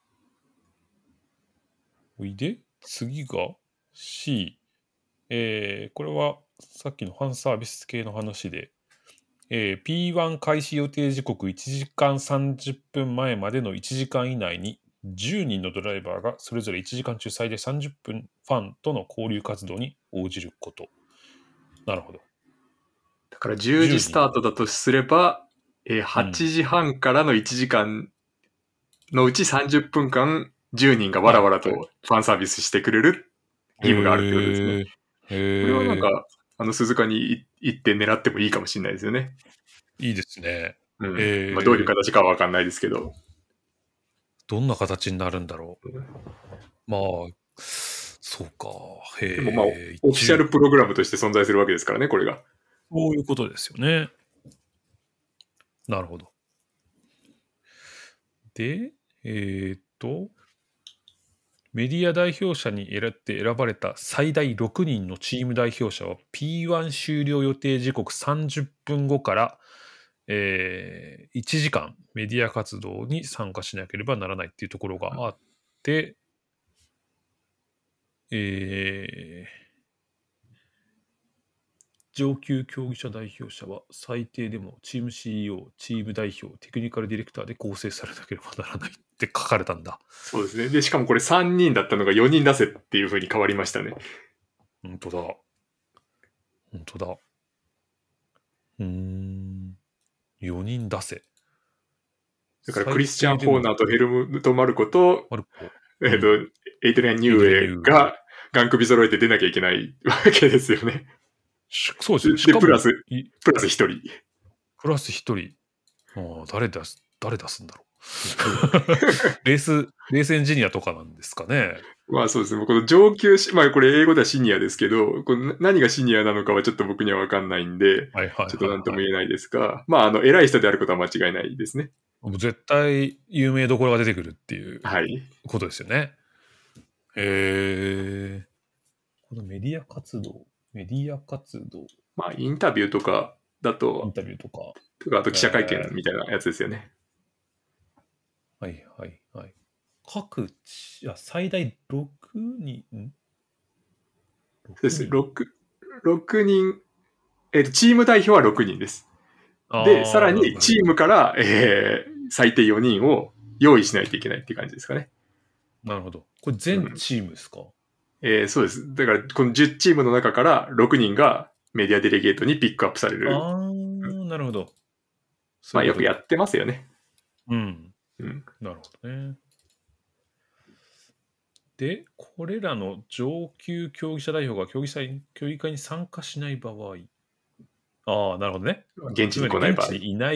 S1: おいで、次が C。これはさっきのファンサービス系の話で、P1 開始予定時刻1時間30分前までの1時間以内に10人のドライバーがそれぞれ1時間中最大30分ファンとの交流活動に応じること。なるほど。
S2: だから10時
S1: 10人。
S2: スタートだとすれば、8
S1: うん。
S2: 時半からの1時間のうち30分間、10人がわらわらと
S1: はいはい。
S2: ファンサービスしてくれる義務があるってことですね。
S1: へえ。
S2: これはなん
S1: へえ。
S2: か、鈴鹿に行って狙ってもいいかもしれないですよね。
S1: いいですね。
S2: うん。まあ、どういう
S1: へえ。
S2: 形かはわかんないですけど。
S1: どんな形になるんだろう。まあ、そうか。
S2: でもまあ、
S1: へえ。
S2: オフィシャルプログラムとして存在するわけですからね、これが。
S1: そういうことですよね。なるほど。で、メディア代表者に選ばれた最大6人のチーム代表者は P1 終了予定時刻30分後から、1時間メディア活動に参加しなければならないっていうところがあって、上級競技者代表者は最低でもチーム CEO、チーム代表、テクニカルディレクターで構成されなければならないって書かれたんだ。
S2: そうですね。で、しかもこれ3人だったのが4人出せっていう風に変わりましたね。
S1: 本当だ。本当だ。4人出せ。
S2: だからクリ
S1: 最
S2: スチャン・
S1: 低でも、
S2: ホーナーとヘルムト・マルコと、
S1: マルコ、
S2: えっと、
S1: うん、
S2: エイトリアン・ニュー
S1: エイドリアン・ニューウェイ。
S2: エがガン首揃えて出なきゃいけないわけですよね。
S1: そうですよね。し
S2: で、
S1: かも、
S2: プラス1人。
S1: プラス1人。誰出すんだろう。レースエンジニアとかなんですかね。
S2: まあそうですね。この上級まあこれ英語ではシニアですけど、この何がシニアなのかはちょっと僕にはわかんないんで、
S1: はいはい
S2: ちょっと何と
S1: はいはい。
S2: も言えないですが、まあ偉い人であることは間違いないですね。
S1: もう絶対有名どころが出てくるっていう
S2: はい。
S1: ことですよね。へえ。このメディア活動、
S2: まあインタビューとかだと、
S1: インタビューとか。
S2: とか、あと記者会見みたいなやつですよね。
S1: はいはいはい。最大6人
S2: そうです。6人、チーム代表は6人です。で、さらにチームから、最低4人を用意しないといけないっていう感じですかね。
S1: なるほど。これ全チームですか？
S2: そうです。だから、この10チームの中から6人がメディアデレゲートにピックアップされる。
S1: なるほど。
S2: まあ、よくやってますよね。
S1: うん。なるほどね。で、これらの上級競技者代表が競技会に参加しない場合。なるほどね。
S2: 現地に来ない場合。
S1: 現地にいない。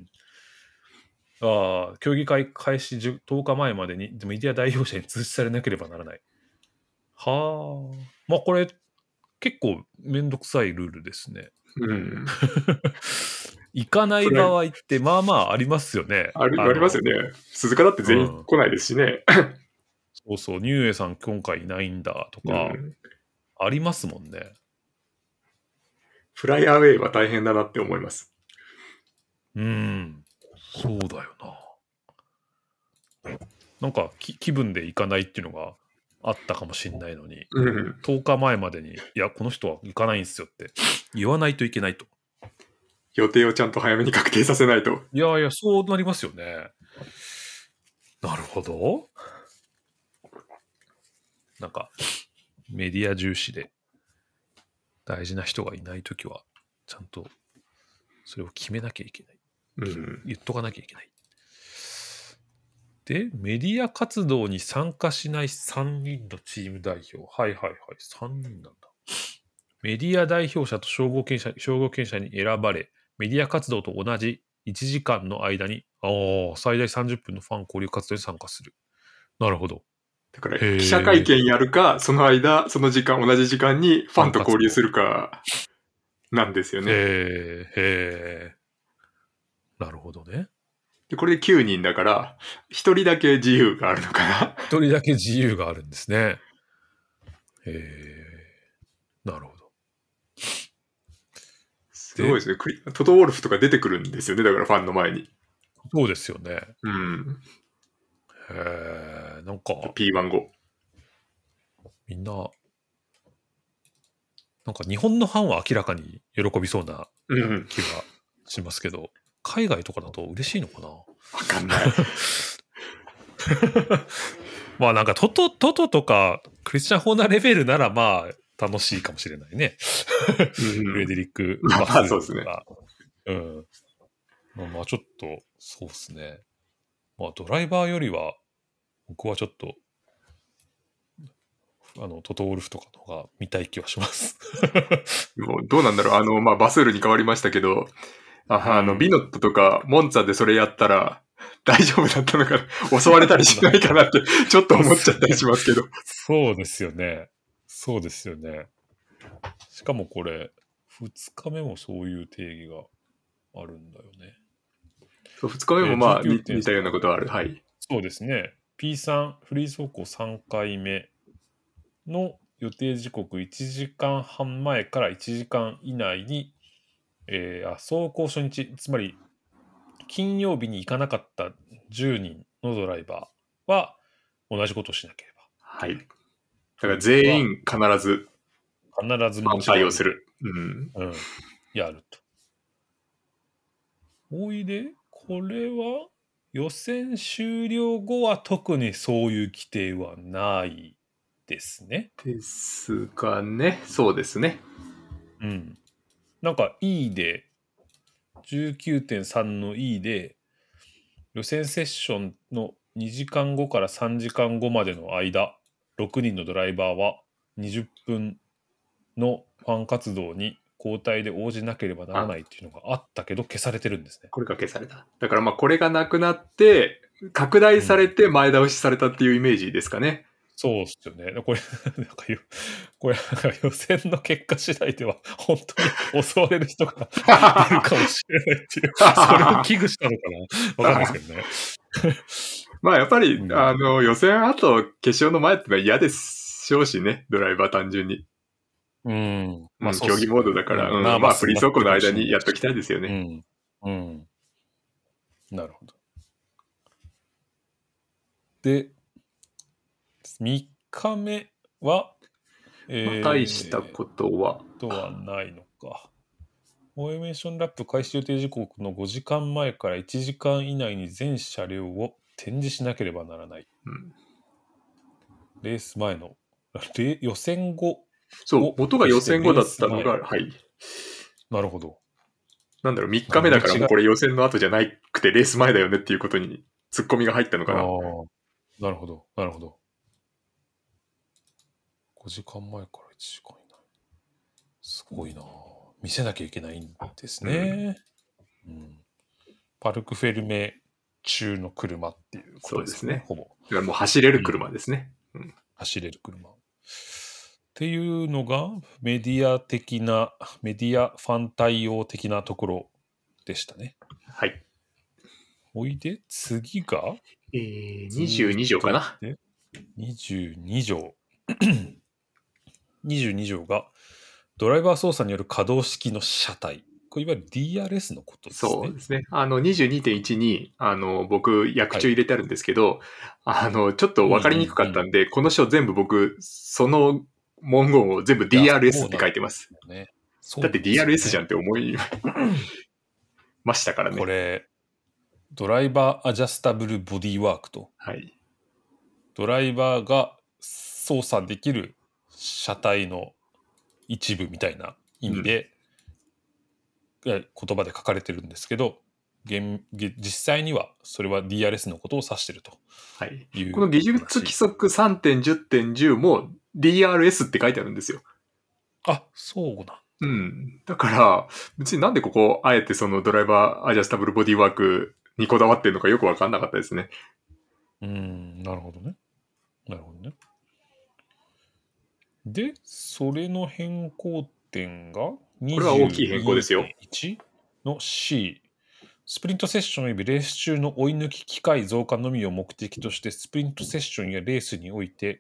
S1: 競技会開始10日前までにメディア代表者に通知されなければならない。はあ。まあこれ結構めんどくさいルールですね。行かない場合ってまあまあありますよね。
S2: ありますよね。鈴鹿だって全員来ないですしね。
S1: そうそう、ニューエさん今回いないんだとか、ありますもんね。
S2: フライアウェイは大変だなって思います。
S1: そうだよな。なんか気分で行かないっていうのがあったかもしれないのに、10日前までに、いや、この人は行かないんですよって言わないといけないと。
S2: 予定をちゃんと早めに確定させないと。
S1: いや、そうなりますよね。なるほど。なんか、メディア重視で大事な人がいないときは、ちゃんとそれを決めなきゃいけない。言っとかなきゃいけない。で、メディア活動に参加しない3人のチーム代表。はいはいはい。3人なんだ。メディア代表者と称号権者に選ばれ、メディア活動と同じ1時間の間に、最大30分のファン交流活動に参加する。なるほど。
S2: だから、記者会見やるか、その間、その時間、同じ時間にファンと交流するか、なんですよね。
S1: なるほどね。
S2: で、これで9人だから、1人だけ自由があるのかな。
S1: 1人だけ自由があるんですね。なるほど。
S2: すごいですね。トトウォルフとか出てくるんですよね。だからファンの前に。
S1: そうですよね。なんか。
S2: P1 号。
S1: みんな、なんか日本のファンは明らかに喜びそうな気がしますけど、海外とかだと嬉しいのかな？わ
S2: かんない。
S1: まあなんかトトとかクリスチャン・ホーナーレベルならまあ楽しいかもしれないね。フレデリック・バス
S2: そうですね。
S1: まあちょっとそうですね。まあドライバーよりは僕はちょっとトトウォルフとかの方が見たい気はします。
S2: もうどうなんだろう。まあバスールに変わりましたけど、ビノットとかモンツァでそれやったら大丈夫だったのかな、襲われたりしないかなってちょっと思っちゃったりしますけど。
S1: そうですよね。そうですよね。しかもこれ、2日目もそういう定義があるんだよね。
S2: そう、2日目もまあ似たようなことはある。はい。
S1: そうですね。P3 フリー走行3回目の予定時刻1時間半前から1時間以内に、走行初日、つまり金曜日に行かなかった10人のドライバーは同じことをしなければ。
S2: はい。だから全員必ず
S1: もちろん
S2: 対応する。
S1: やると。おいで、これは予選終了後は特にそういう規定はないですね。
S2: ですかね。そうですね。
S1: なんか E で 19.3 の E で予選セッションの2時間後から3時間後までの間、6人のドライバーは20分のファン活動に交代で応じなければならないっていうのがあったけど消されてるんですね。
S2: これが消された。だからまあこれがなくなって拡大されて前倒しされたっていうイメージですかね。
S1: そうですよね。これ予選の結果次第では本当に襲われる人が出るかもしれないっていう、それを危惧したのかな、わかんないですけどね。
S2: まあやっぱり、予選後決勝の前ってのは嫌でしょうしね、ドライバー単純に。まあ競技モードだから、まあフリー走行の間にやっときたいですよね。
S1: うん。なるほど。で、3日目は、
S2: 大したことは。
S1: ないのか。フォーメーションラップ開始予定時刻の5時間前から1時間以内に全車両を展示しなければならない。レース前の、予選後。
S2: そう、元が予選後だったのが、はい。
S1: なるほど。
S2: なんだろう、3日目だからもうこれ予選の後じゃなくてレース前だよねっていうことにツッコミが入ったのかな。
S1: なるほど、なるほど。5時間前から1時間以内。すごいな。見せなきゃいけないんですね。パルクフェルメ中の車っていうことですね、ほぼ。
S2: だからもう走れる車ですね。
S1: 走れる車。っていうのがメディアファン対応的なところでしたね。
S2: はい。
S1: おいで、次が、
S2: 22条かな。
S1: 22条。22条が、ドライバー操作による可動式の車体。これいわゆる DRS のことですね。
S2: そうですね。22.1 に、僕、訳中入れてあるんですけど、ちょっと分かりにくかったんで、この章全部僕、その文言を全部 DRS って書いてます。だって DRS じゃんって思いましたからね。
S1: これ、ドライバーアジャスタブルボディワークと、
S2: はい、
S1: ドライバーが操作できる車体の一部みたいな意味で、言葉で書かれてるんですけど、実際にはそれは DRS のことを指してるという。
S2: この技術規則 3.10.10 も DRS って書いてあるんですよ。
S1: あ、そうなんだ。
S2: だから、別になんでここ、あえてそのドライバーアジャスタブルボディワークにこだわってるのかよくわかんなかったですね。
S1: なるほどね。なるほどね。で、それの変更点が
S2: これは大きい変更ですよ。
S1: 22.1の C。スプリントセッション及びレース中の追い抜き機会増加のみを目的として、スプリントセッションやレースにおいて、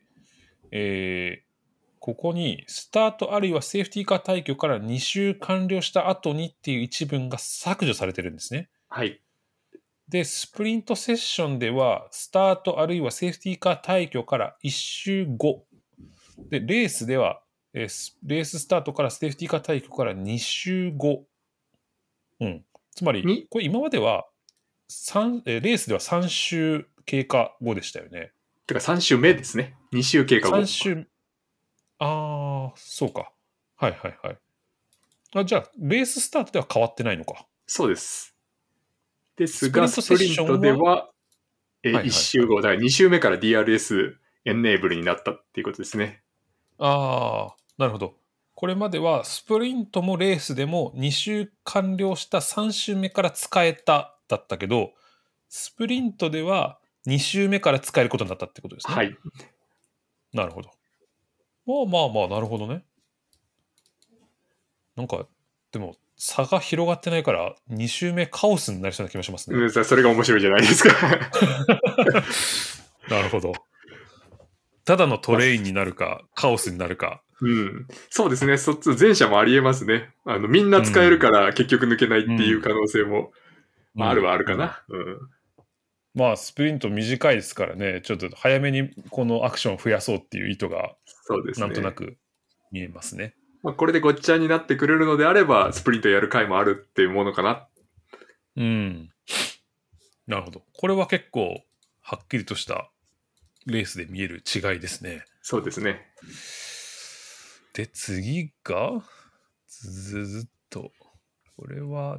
S1: ここにスタートあるいはセーフティーカー退去から2周完了した後にっていう一文が削除されてるんですね。
S2: はい。
S1: で、スプリントセッションでは、スタートあるいはセーフティーカー退去から1周後。で、レースでは、レーススタートからセーフティーカー退去から2周後。つまり、これ今まではレースでは3周経過後でしたよね。
S2: てか3周目ですね。2周経過後。
S1: 3周、そうか。はいはいはい。じゃあ、レーススタートでは変わってないのか。
S2: そうです。ですが、スプリントでは、1周後、だから2周目から DRS エンネーブルになったっていうことですね。
S1: なるほど。これまではスプリントもレースでも2周完了した3周目から使えただったけど、スプリントでは2周目から使えることになったってことですね。
S2: はい。
S1: なるほど。まあ、なるほどね。なんか、でも、差が広がってないから、2周目カオスになりそうな気もしますね。
S2: それが面白いじゃないですか。
S1: なるほど。ただのトレインになるか、カオスになるか。
S2: そうですね。前者もありえますね。みんな使えるから結局抜けないっていう可能性も、あるはあるかな。
S1: まあ、スプリント短いですからね、ちょっと早めにこのアクションを増やそうっていう意図が、なんとなく見えますね。
S2: これでごっちゃになってくれるのであれば、スプリントやる回もあるっていうものかな。
S1: なるほど。これは結構、はっきりとしたレースで見える違いですね。
S2: そうですね。
S1: で、次が、ずっと、これは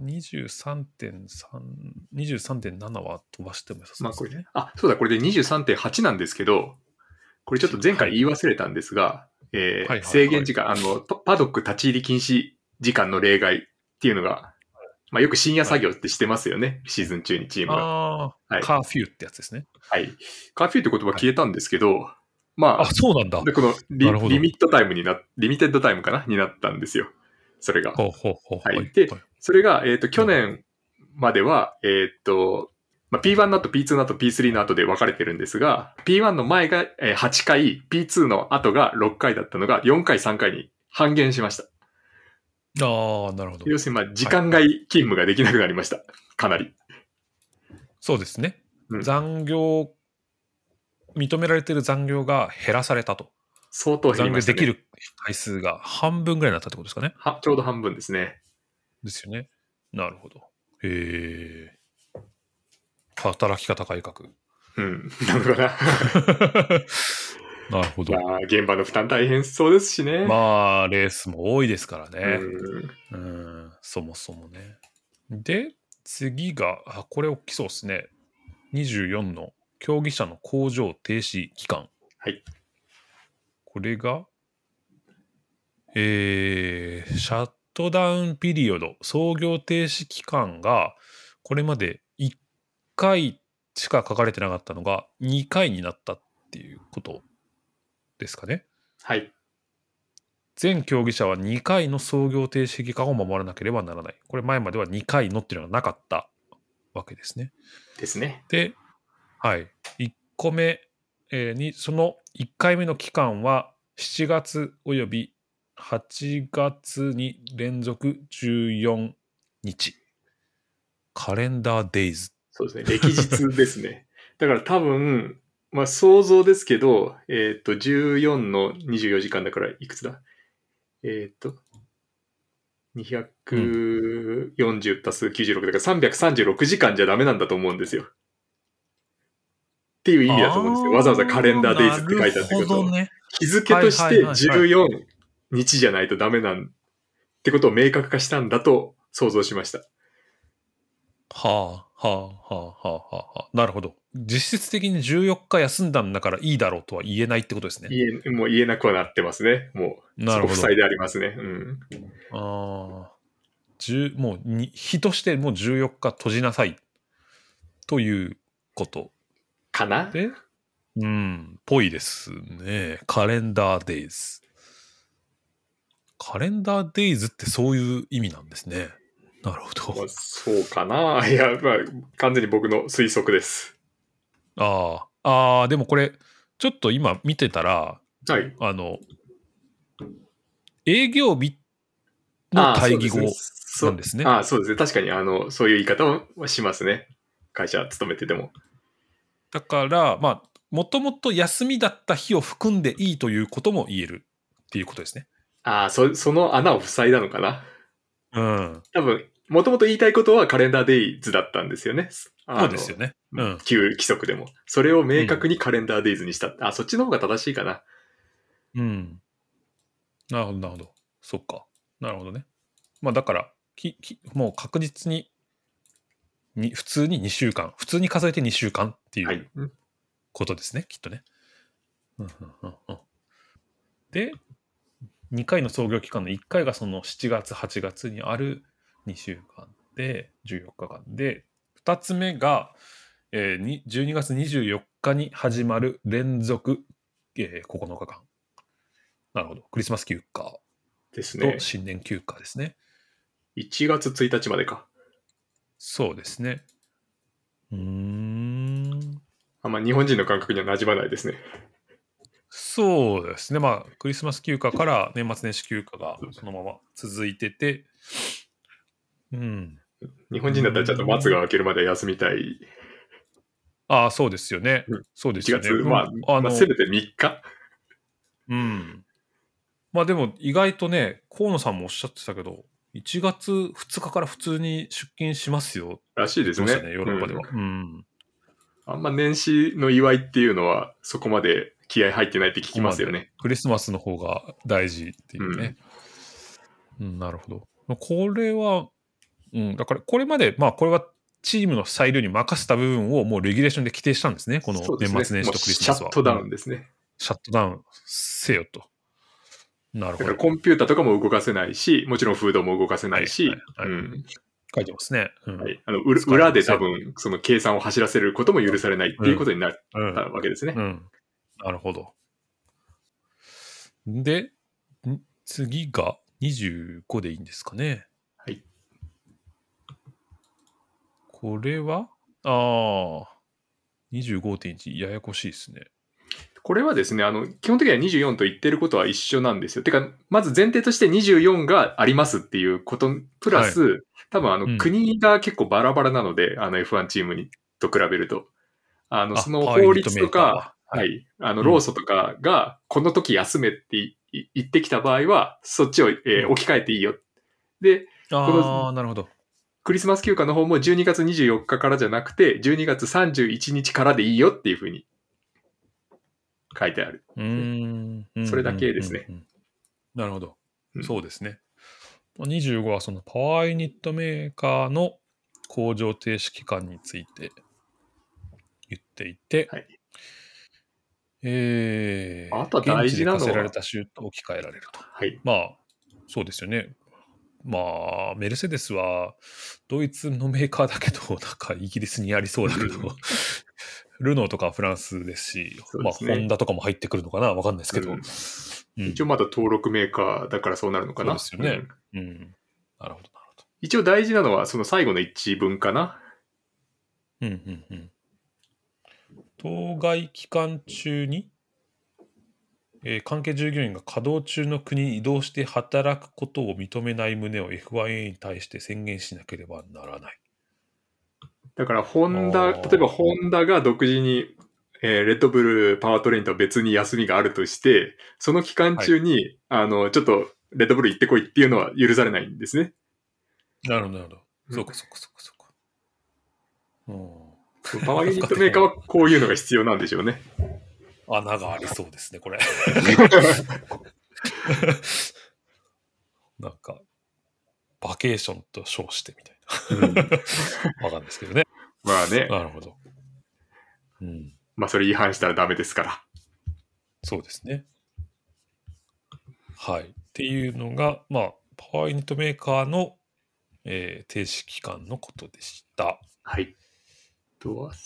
S1: 23.7 は飛ばしてもよさそうですね。
S2: そうだ、これで 23.8 なんですけど、これちょっと前回言い忘れたんですが、制限時間、パドック立ち入り禁止時間の例外っていうのが、よく深夜作業ってしてますよね、シーズン中にチームが。
S1: カーフューってやつですね。
S2: はい。カーフューって言葉消えたんですけど、
S1: そうなんだ。
S2: で、このリミットタイムリミテッドタイムかなになったんですよ。それが。で、それが、去年までは、P1 の後、P2 の後、P3 の後で分かれてるんですが、P1 の前が8回、P2 の後が6回だったのが4回、3回に半減しました。
S1: ああ、なるほど。
S2: 要するに、時間外勤務ができなくなりました。かなり。
S1: そうですね。
S2: うん。
S1: 残業、認められている残業が減らされたと。
S2: 相当減りましたね。
S1: 残業できる回数が半分ぐらいになったってことですかね。
S2: ちょうど半分ですね。
S1: ですよね。なるほど。へえ。働き方改革。
S2: うん。なのかな。
S1: なるほど。
S2: 現場の負担大変そうですしね。
S1: まあ、レースも多いですから
S2: う
S1: ね。
S2: ん。
S1: そもそもね。で、次が、これ大きそうですね。24の競技者の工場停止期間。
S2: はい。
S1: これが、シャットダウンピリオド、操業停止期間が、これまで1回しか書かれてなかったのが2回になったっていうことですかね。
S2: はい。
S1: 全競技者は2回の操業停止期間を守らなければならない。これ前までは2回のっていうのがなかったわけですね。
S2: ですね。
S1: で、はい。1個目、に、その1回目の期間は7月および8月に連続14日。カレンダーデイズ。
S2: そうですね。歴日ですね。だから多分、想像ですけど、14の24時間だからいくつだえっ、と、
S1: うん。
S2: 240足す96だから336時間じゃダメなんだと思うんですよ。っていう意味だと思うんですよ。わざわざカレンダーデイズって
S1: なる
S2: 書いたってことは。
S1: ほどね。
S2: 日付
S1: はい
S2: として
S1: はいはいはい。
S2: 14日じゃないとダメなんってことを明確化したんだと想像しました。
S1: はあ、はあ、はあ、はあ、はあ。なるほど。実質的に14日休んだんだからいいだろうとは言えないってことですね。
S2: もう言えなくはなってますね。もう、そこ
S1: なるほど。
S2: 塞いでありますね。うん。
S1: ああ、もう日としてもう14日閉じなさいということ
S2: かな
S1: で、ぽいですね。カレンダーデイズ。カレンダーデイズってそういう意味なんですね。なるほど。
S2: そうかな。いや、完全に僕の推測です。
S1: でもこれ、ちょっと今見てたら、
S2: はい。
S1: あの、営業日の対
S2: そうですね。
S1: 義語なんですね。
S2: そうですね。確かに、そういう言い方はしますね。会社勤めてても。
S1: だから、もともと休みだった日を含んでいいということも言えるっていうことですね。
S2: その穴を塞いだのかな。
S1: うん。
S2: 多分、もともと言いたいことはカレンダーデイズだったんですよね。
S1: そうですよね。うん。
S2: 旧規則でも。それを明
S1: うん。
S2: 確にカレンダーデイズにした。そっちの方が正しいかな。
S1: うん。なるほど、なるほど。そっか。なるほどね。だから、もう確実に普通に2週間、普通に数えて2週間っていう
S2: はい。
S1: ことですね、きっとね。で、2回の操業期間の1回がその7月、8月にある2週間で、14日間で、2つ目が、12月24日に始まる連続、9日間。なるほど。クリスマス休暇と
S2: ですね。
S1: 新年休暇ですね。
S2: 1月1日までか。
S1: そうですね。うーん。
S2: 日本人の感覚には馴染まないですね。
S1: そうですね。クリスマス休暇から年末年始休暇がそのまま続いてて、うん。
S2: 日
S1: うー
S2: 本人だったらちゃんと末が
S1: ん。
S2: 明けるまで休みたい。
S1: そうですよね。そうで
S2: 1月、
S1: すよね。
S2: せめて3日。
S1: うん。でも意外とね、河野さんもおっしゃってたけど、1月2日から普通に出勤しますよって
S2: らしいですね。
S1: 言ってましたね、ヨーロッパでは。うん。
S2: あんま年始の祝いっていうのはそこまで気合入ってないって聞き
S1: ここまで。
S2: ますよね。
S1: クリスマスの方が大事っていうね。
S2: うん。
S1: うん、なるほど。これは、だからこれまで、これはチームの裁量に任せた部分をもうレギュレーションで規定したんですね。この
S2: そうですね。もう
S1: 年末年始とクリス
S2: シ
S1: マスは。
S2: ャットダウンですね。
S1: シャットダウンせよと。なるほど。
S2: だからコンピューターとかも動かせないし、もちろんフードも動かせな
S1: はい、はい、
S2: いし、
S1: はい。書いてますね。うん。
S2: はい。裏で
S1: 使えません。
S2: 多分、その計算を走らせることも許されないっていう
S1: うん。
S2: ことになっ
S1: うん。
S2: たわけですね。
S1: うん。なるほど。で、次が25でいいんですかね。
S2: はい。
S1: これはああ、25.1、ややこしいですね。
S2: これはですね、基本的には24と言ってることは一緒なんですよ。てか、まず前提として24がありますっていうこと、プラ
S1: はい。
S2: ス、多分
S1: うん。
S2: 国が結構バラバラなので、F1 チームにと比べると。その
S1: パワーユニット
S2: 法律
S1: メーカーは。
S2: とか、
S1: はい。
S2: はい、
S1: うん。
S2: 労組とかが、この時休めって言ってきた場合は、そっちを、置き換えていいよ。で、この
S1: なるほど。
S2: クリスマス休暇の方も12月24日からじゃなくて、12月31日からでいいよっていうふうに書いてある。それだけですね。
S1: なるほど。
S2: うん、
S1: そうですね。25はそのパワーユニットメーカーの工場停止期間について言っていて、
S2: はい。あとは大事
S1: 現地で課せられ
S2: なのは、
S1: た州と置き換えられると。
S2: はい。
S1: まあ、そうですよね。まあ、メルセデスはドイツのメーカーだけど、なんかイギリスにありそうだけど、ルノーとかはフランスですし、まあ、
S2: そうですね。
S1: ホンダとかも入ってくるのかなわかんないですけど。
S2: うん。一応まだ登録メーカーだからそうなるのか
S1: そうで
S2: な。
S1: すよね。なるほど、なるほど。
S2: 一応大事なのはその最後の一文かな。
S1: 当該期間中に、関係従業員が稼働中の国に移動して働くことを認めない旨を F1A に対して宣言しなければならない。
S2: だから例えばホンダが独自に、レッドブルパワートレインとは別に休みがあるとして、その期間
S1: はい。
S2: 中に、ちょっとレッドブル行ってこいっていうのは許されないんですね。
S1: なるほど、なるほど。
S2: うん、
S1: そうか。うん。
S2: パワーユニッ
S1: なんかでも、
S2: トメーカーはこういうのが必要なんでしょうね。
S1: 穴がありそうですね、これ。なんか、バケーションと称してみたい
S2: うん、
S1: な。わかんないですけどね。
S2: まあね、
S1: なるほど。うん。
S2: まあそれ違反したらダメですから。
S1: そうですね。はい。っていうのが、まあ、パワーユニットメーカーの、停止期間のことでした。
S2: はい。あとは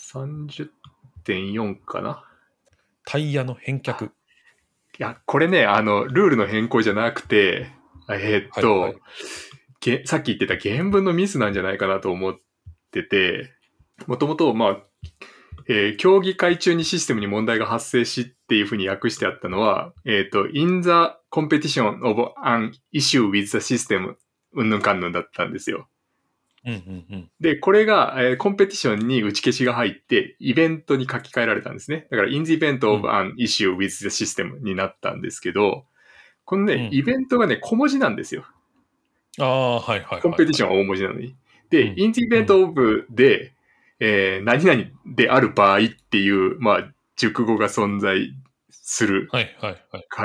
S2: 30.4かな。
S1: タイヤの返却。
S2: いや、これね、ルールの変更じゃなくて、
S1: はいはい。
S2: さっき言ってた原文のミスなんじゃないかなと思ってて、もともと、まあ、競技会中にシステムに問題が発生しっていうふうに訳してあったのは、in the competition of an issue with the system うんぬんかんぬんだったんですよ。で、これが、コンペティションに打ち消しが入って、イベントに書き換えられたんですね。だから、in the event
S1: う
S2: of
S1: ん。
S2: an issue with the system になったんですけど、このね、
S1: うん。
S2: イベントがね、小文字なんですよ。
S1: はいはい
S2: コン
S1: はいはい。
S2: ペティションは大文字なのに。で、
S1: うん。
S2: in the
S1: う
S2: event
S1: ん。
S2: of で、何々である場合っていう、まあ、熟語が存在する
S1: はいはいはい。
S2: から、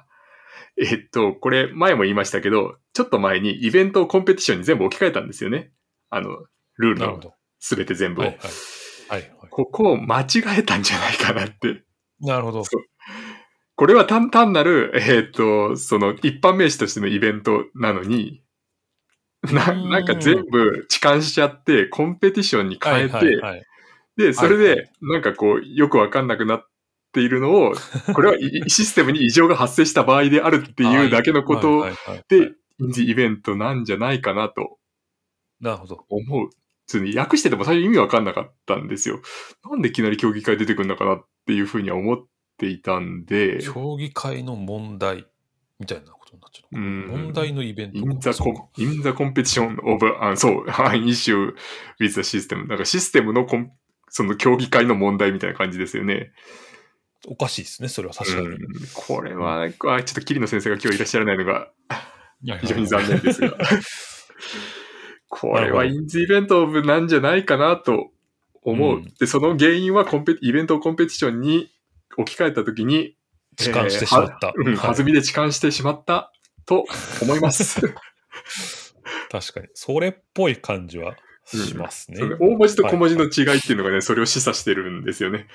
S2: これ前も言いましたけど、ちょっと前にイベントをコンペティションに全部置き換えたんですよね。ルールの
S1: なるほど。
S2: すべて全部を。
S1: はいはい。はいはい。
S2: ここを間違えたんじゃないかなって。
S1: なるほど。
S2: そう。これは単なる、その一般名詞としてのイベントなのに、
S1: う
S2: なんか全
S1: ーん。
S2: 部痴漢しちゃって、コンペティションに
S1: はい
S2: 変えて、
S1: はいはい。
S2: で、そ
S1: はいはい。
S2: れで、なんかこう、よくわかんなくなっているのを、これはシステムに異常が発生した場合であるっていうだけのこと
S1: はいはいはいは
S2: で、
S1: い。
S2: インジイベントなんじゃないかなと
S1: なるほど。
S2: 思う。普通に訳してても最初意味わかんなかったんですよ。なんでいきなり競技会出てくるのかなっていうふうには思っていたんで、
S1: 競技会の問題みたいなことになっちゃう
S2: う
S1: のか。問題
S2: ん、
S1: のイベントか。そっか。
S2: インザコンペティションオブ、そう、an issue with the system。なんかシステムのその競技会の問題みたいな感じですよね。
S1: おかしいですね、それは確かに。
S2: うん、これ
S1: うん。
S2: は、ちょっと桐野先生が今日いらっしゃらないのが
S1: はい
S2: 非常に
S1: はいはい。
S2: 残念ですが、これはイ
S1: なるほど。
S2: ンズイベントオブなんじゃないかなと思う。
S1: うん。
S2: で、その原因はイベントをコンペティションに置き換えたときに、
S1: 痴漢してしまった。はい。
S2: 弾みで痴漢してしまったと思います。
S1: 確かに。それっぽい感じは
S2: うん。
S1: します
S2: その
S1: ね。
S2: 大文字と小文字の
S1: はいはい。
S2: 違いっていうのがね、それを示唆してるんですよね。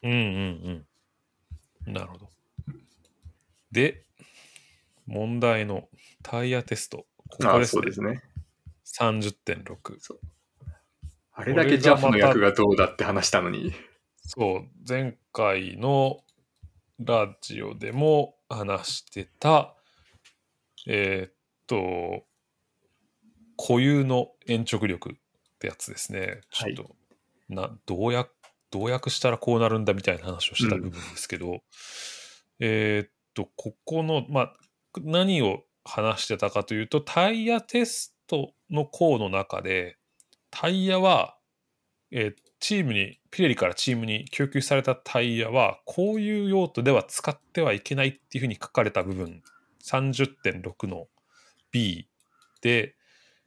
S1: なるほど。で、問題のタイヤテスト。こ
S2: ああ、
S1: こですね。
S2: そうですね。
S1: 30.6。
S2: そう。あれだけ
S1: これが
S2: JAF
S1: また、
S2: の役がどうだって話したのに。
S1: そう、前回のラジオでも話してた、えーっと、固有の延直力ってやつですね。ち
S2: はい。
S1: ょっと、どうどう訳したらこうなるんだみたいな話をした部分ですけど、ここの、何を話してたかというと、タイヤテストの項の中で、タイヤは、ピレリからチームに供給されたタイヤは、こういう用途では使ってはいけないっていうふうに書かれた部分、30.6 の B で、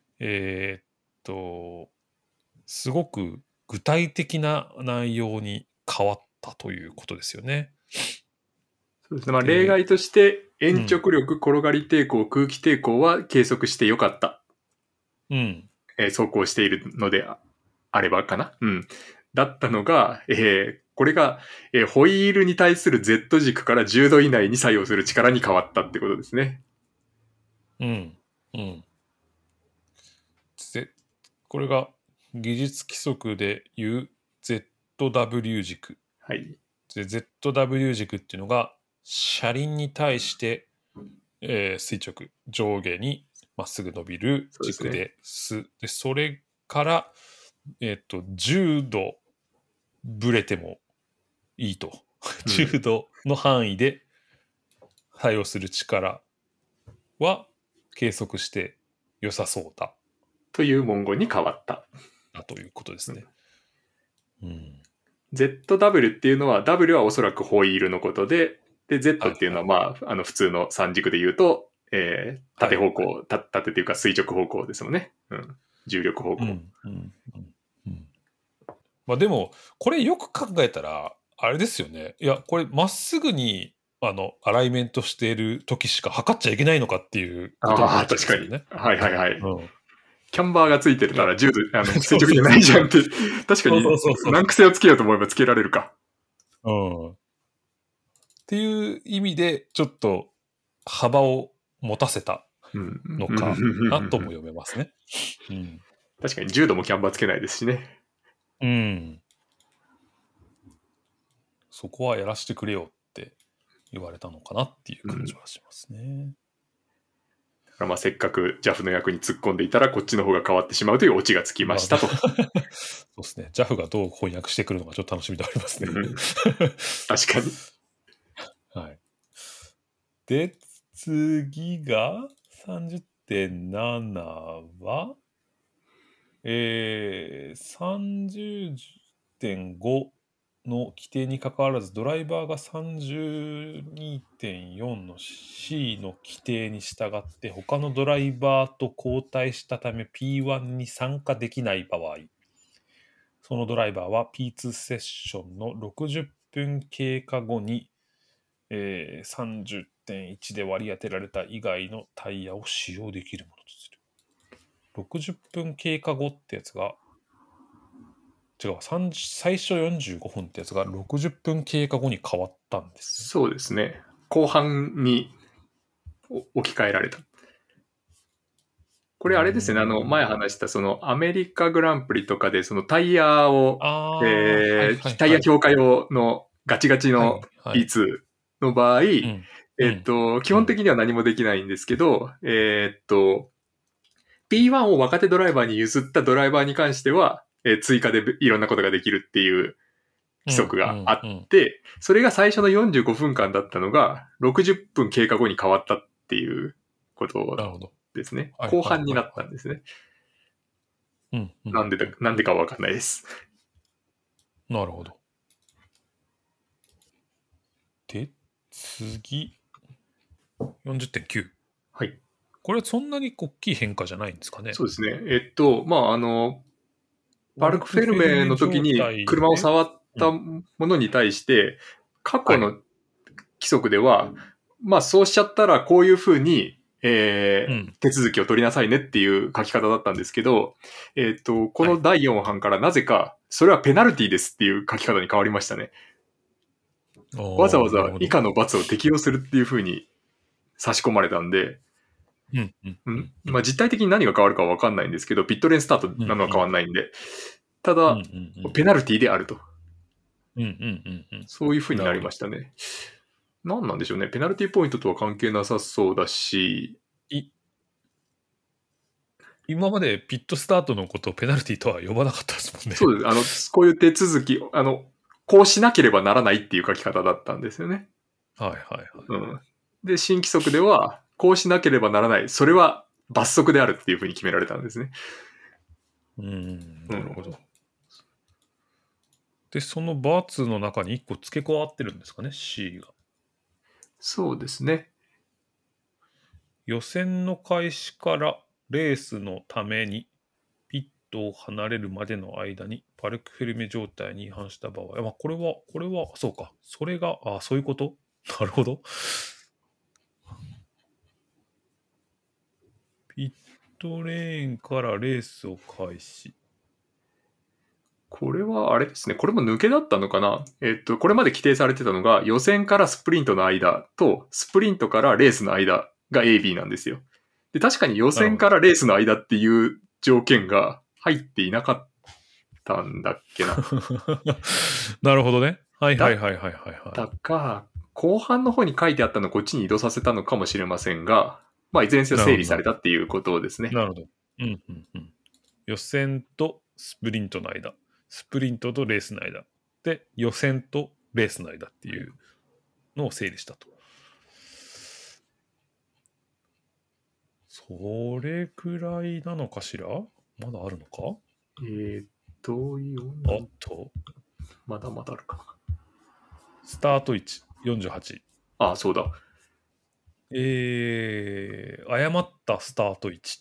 S1: すごく具体的な内容に変わったということですよね。
S2: そうですね。例外として、鉛直力、転がり抵抗、空気抵抗は計測してよかった。走行しているのであればかな。だったのが、これが、ホイールに対する Z 軸から10度以内に作用する力に変わったってことですね。
S1: これが技術規則でいう ZW 軸。
S2: はい。
S1: ZW 軸っていうのが車輪に対して、垂直上下にまっすぐ伸びる軸です。で、それから、10度ぶれてもいいと。10度の範囲で作用する力は計測して良さそうだ。
S2: という文言に変わった。
S1: ということですね。
S2: ZW っていうのは、W はおそらくホイールのことで、Z っていうのは、普通の三軸で言うと、縦方向、縦っていうか垂直方向ですもんね。重力方向。
S1: でも、これよく考えたら、あれですよね。いや、これまっすぐに、アライメントしている時しか測っちゃいけないのかっていうことになっちゃうんですよね。
S2: 確かに。はい。キャンバーがついてるから10度、垂直じゃないじゃんって。確かに、難癖をつけようと思えばつけられるか。
S1: っていう意味で、ちょっと幅を持たせたのかなとも読めますね。
S2: 確かに10度もキャンバーつけないですしね。
S1: そこはやらせてくれよって言われたのかなっていう感じはしますね。
S2: せっかく JAF の役に突っ込んでいたらこっちの方が変わってしまうというオチがつきましたと。
S1: そうですね。JAF がどう翻訳してくるのかちょっと楽しみでありますね。
S2: 確かに。
S1: はい。で、次が 30.7 は、30.5 の規定にかかわらず、ドライバーが 32.4 の C の規定に従って、他のドライバーと交代したため P1 に参加できない場合、そのドライバーは P2 セッションの60分経過後に、30.1 で割り当てられた以外のタイヤを使用できるものとする。60分経過後ってやつが、最初45分ってやつが60分経過後に変わったんですね。
S2: そうですね。後半に置き換えられた。これあれですね。前話したそのアメリカグランプリとかでそのタイヤを、タイヤ強化用のガチガチの P2 の場合、基本的には何もできないんですけど、P1 を若手ドライバーに譲ったドライバーに関しては、追加でいろんなことができるっていう規則があって、それが最初の45分間だったのが60分経過後に変わったっていうことですね。後半になったんですね。なんでかわかんないです。
S1: なるほど。で、次、40.9。
S2: はい。
S1: これはそんなに大きい変化じゃないんですかね。
S2: そうですね。パルク・フェルメの時に車を触ったものに対して、過去の規則では、そうしちゃったらこういうふうに、手続きを取りなさいねっていう書き方だったんですけど、この第4版からなぜか、それはペナルティですっていう書き方に変わりましたね。わざわざ以下の罰を適用するっていうふうに差し込まれたんで、実態的に何が変わるかは分かんないんですけど、ピットレーンスタートなのは変わんないんで、ただ、ペナルティであると。そういうふうになりましたね。何なんでしょうね。ペナルティポイントとは関係なさそうだし、
S1: 今までピットスタートのことをペナルティとは呼ばなかったですもんね。
S2: そうです。こういう手続き、 こうしなければならないっていう書き方だったんですよね。
S1: はいはいはい。
S2: うん。で、新規則では、こうしなければならない。それは罰則であるっていうふうに決められたんですね。
S1: なるほど。で、その罰の中に1個付け加わってるんですかね、C が。
S2: そうですね。
S1: 予選の開始からレースのためにピットを離れるまでの間にパルクフェルメ状態に違反した場合、これは、そうか。それが、そういうことなるほど。ピットレーンからレースを開始。
S2: これはあれですね。これも抜けだったのかな。これまで規定されてたのが、予選からスプリントの間と、スプリントからレースの間が AB なんですよ。で、確かに予選からレースの間っていう条件が入っていなかったんだっけな。
S1: なるほどね。はいはいはいはいはい、
S2: だか、後半の方に書いてあったのをこっちに移動させたのかもしれませんが、まあ、いずれにせよ整理されたっていうことですね。
S1: なるほど。予選とスプリントの間、スプリントとレースの間、で、予選とレースの間っていうのを整理したと。それくらいなのかしら？まだあるのか？あと、
S2: まだまだあるかな。
S1: スタート位置、48。
S2: ああ、そうだ。
S1: 誤ったスタート位置。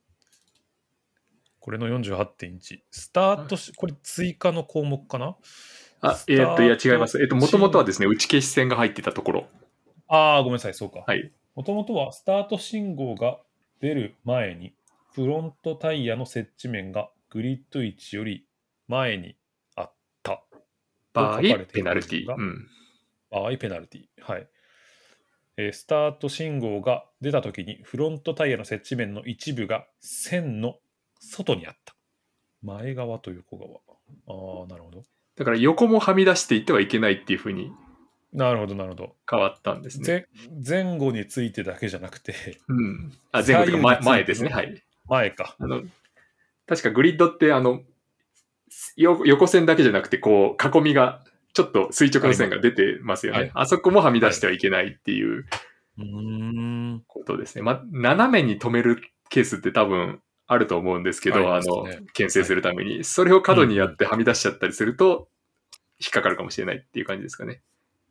S1: これの 48.1。スタートし、これ追加の項目かな？
S2: いや、違います。もともとはですね、打ち消し線が入ってたところ。
S1: ごめんなさい、そうか。
S2: はい。
S1: もともとはスタート信号が出る前に、フロントタイヤの接地面がグリッド位置より前にあったと書かれている
S2: ペナルティ。
S1: が、場合ペナルティ。はい。スタート信号が出たときに、フロントタイヤの接地面の一部が線の外にあった。前側と横側。なるほど。
S2: だから横もはみ出していってはいけないっていうふうに
S1: なるほど、なるほど。
S2: 変わったんですね。
S1: 前後についてだけじゃなくて、
S2: 前後というか前ですね。はい。
S1: 前か。
S2: 確かグリッドって横線だけじゃなくて、こう、囲みが、ちょっと垂直の線が出てますよね。はい、あそこもはみ出してはいけないっていうことですね。斜めに止めるケースって多分あると思うんですけど、牽制するために。それを角にやってはみ出しちゃったりすると、引っかかるかもしれないっていう感じですかね。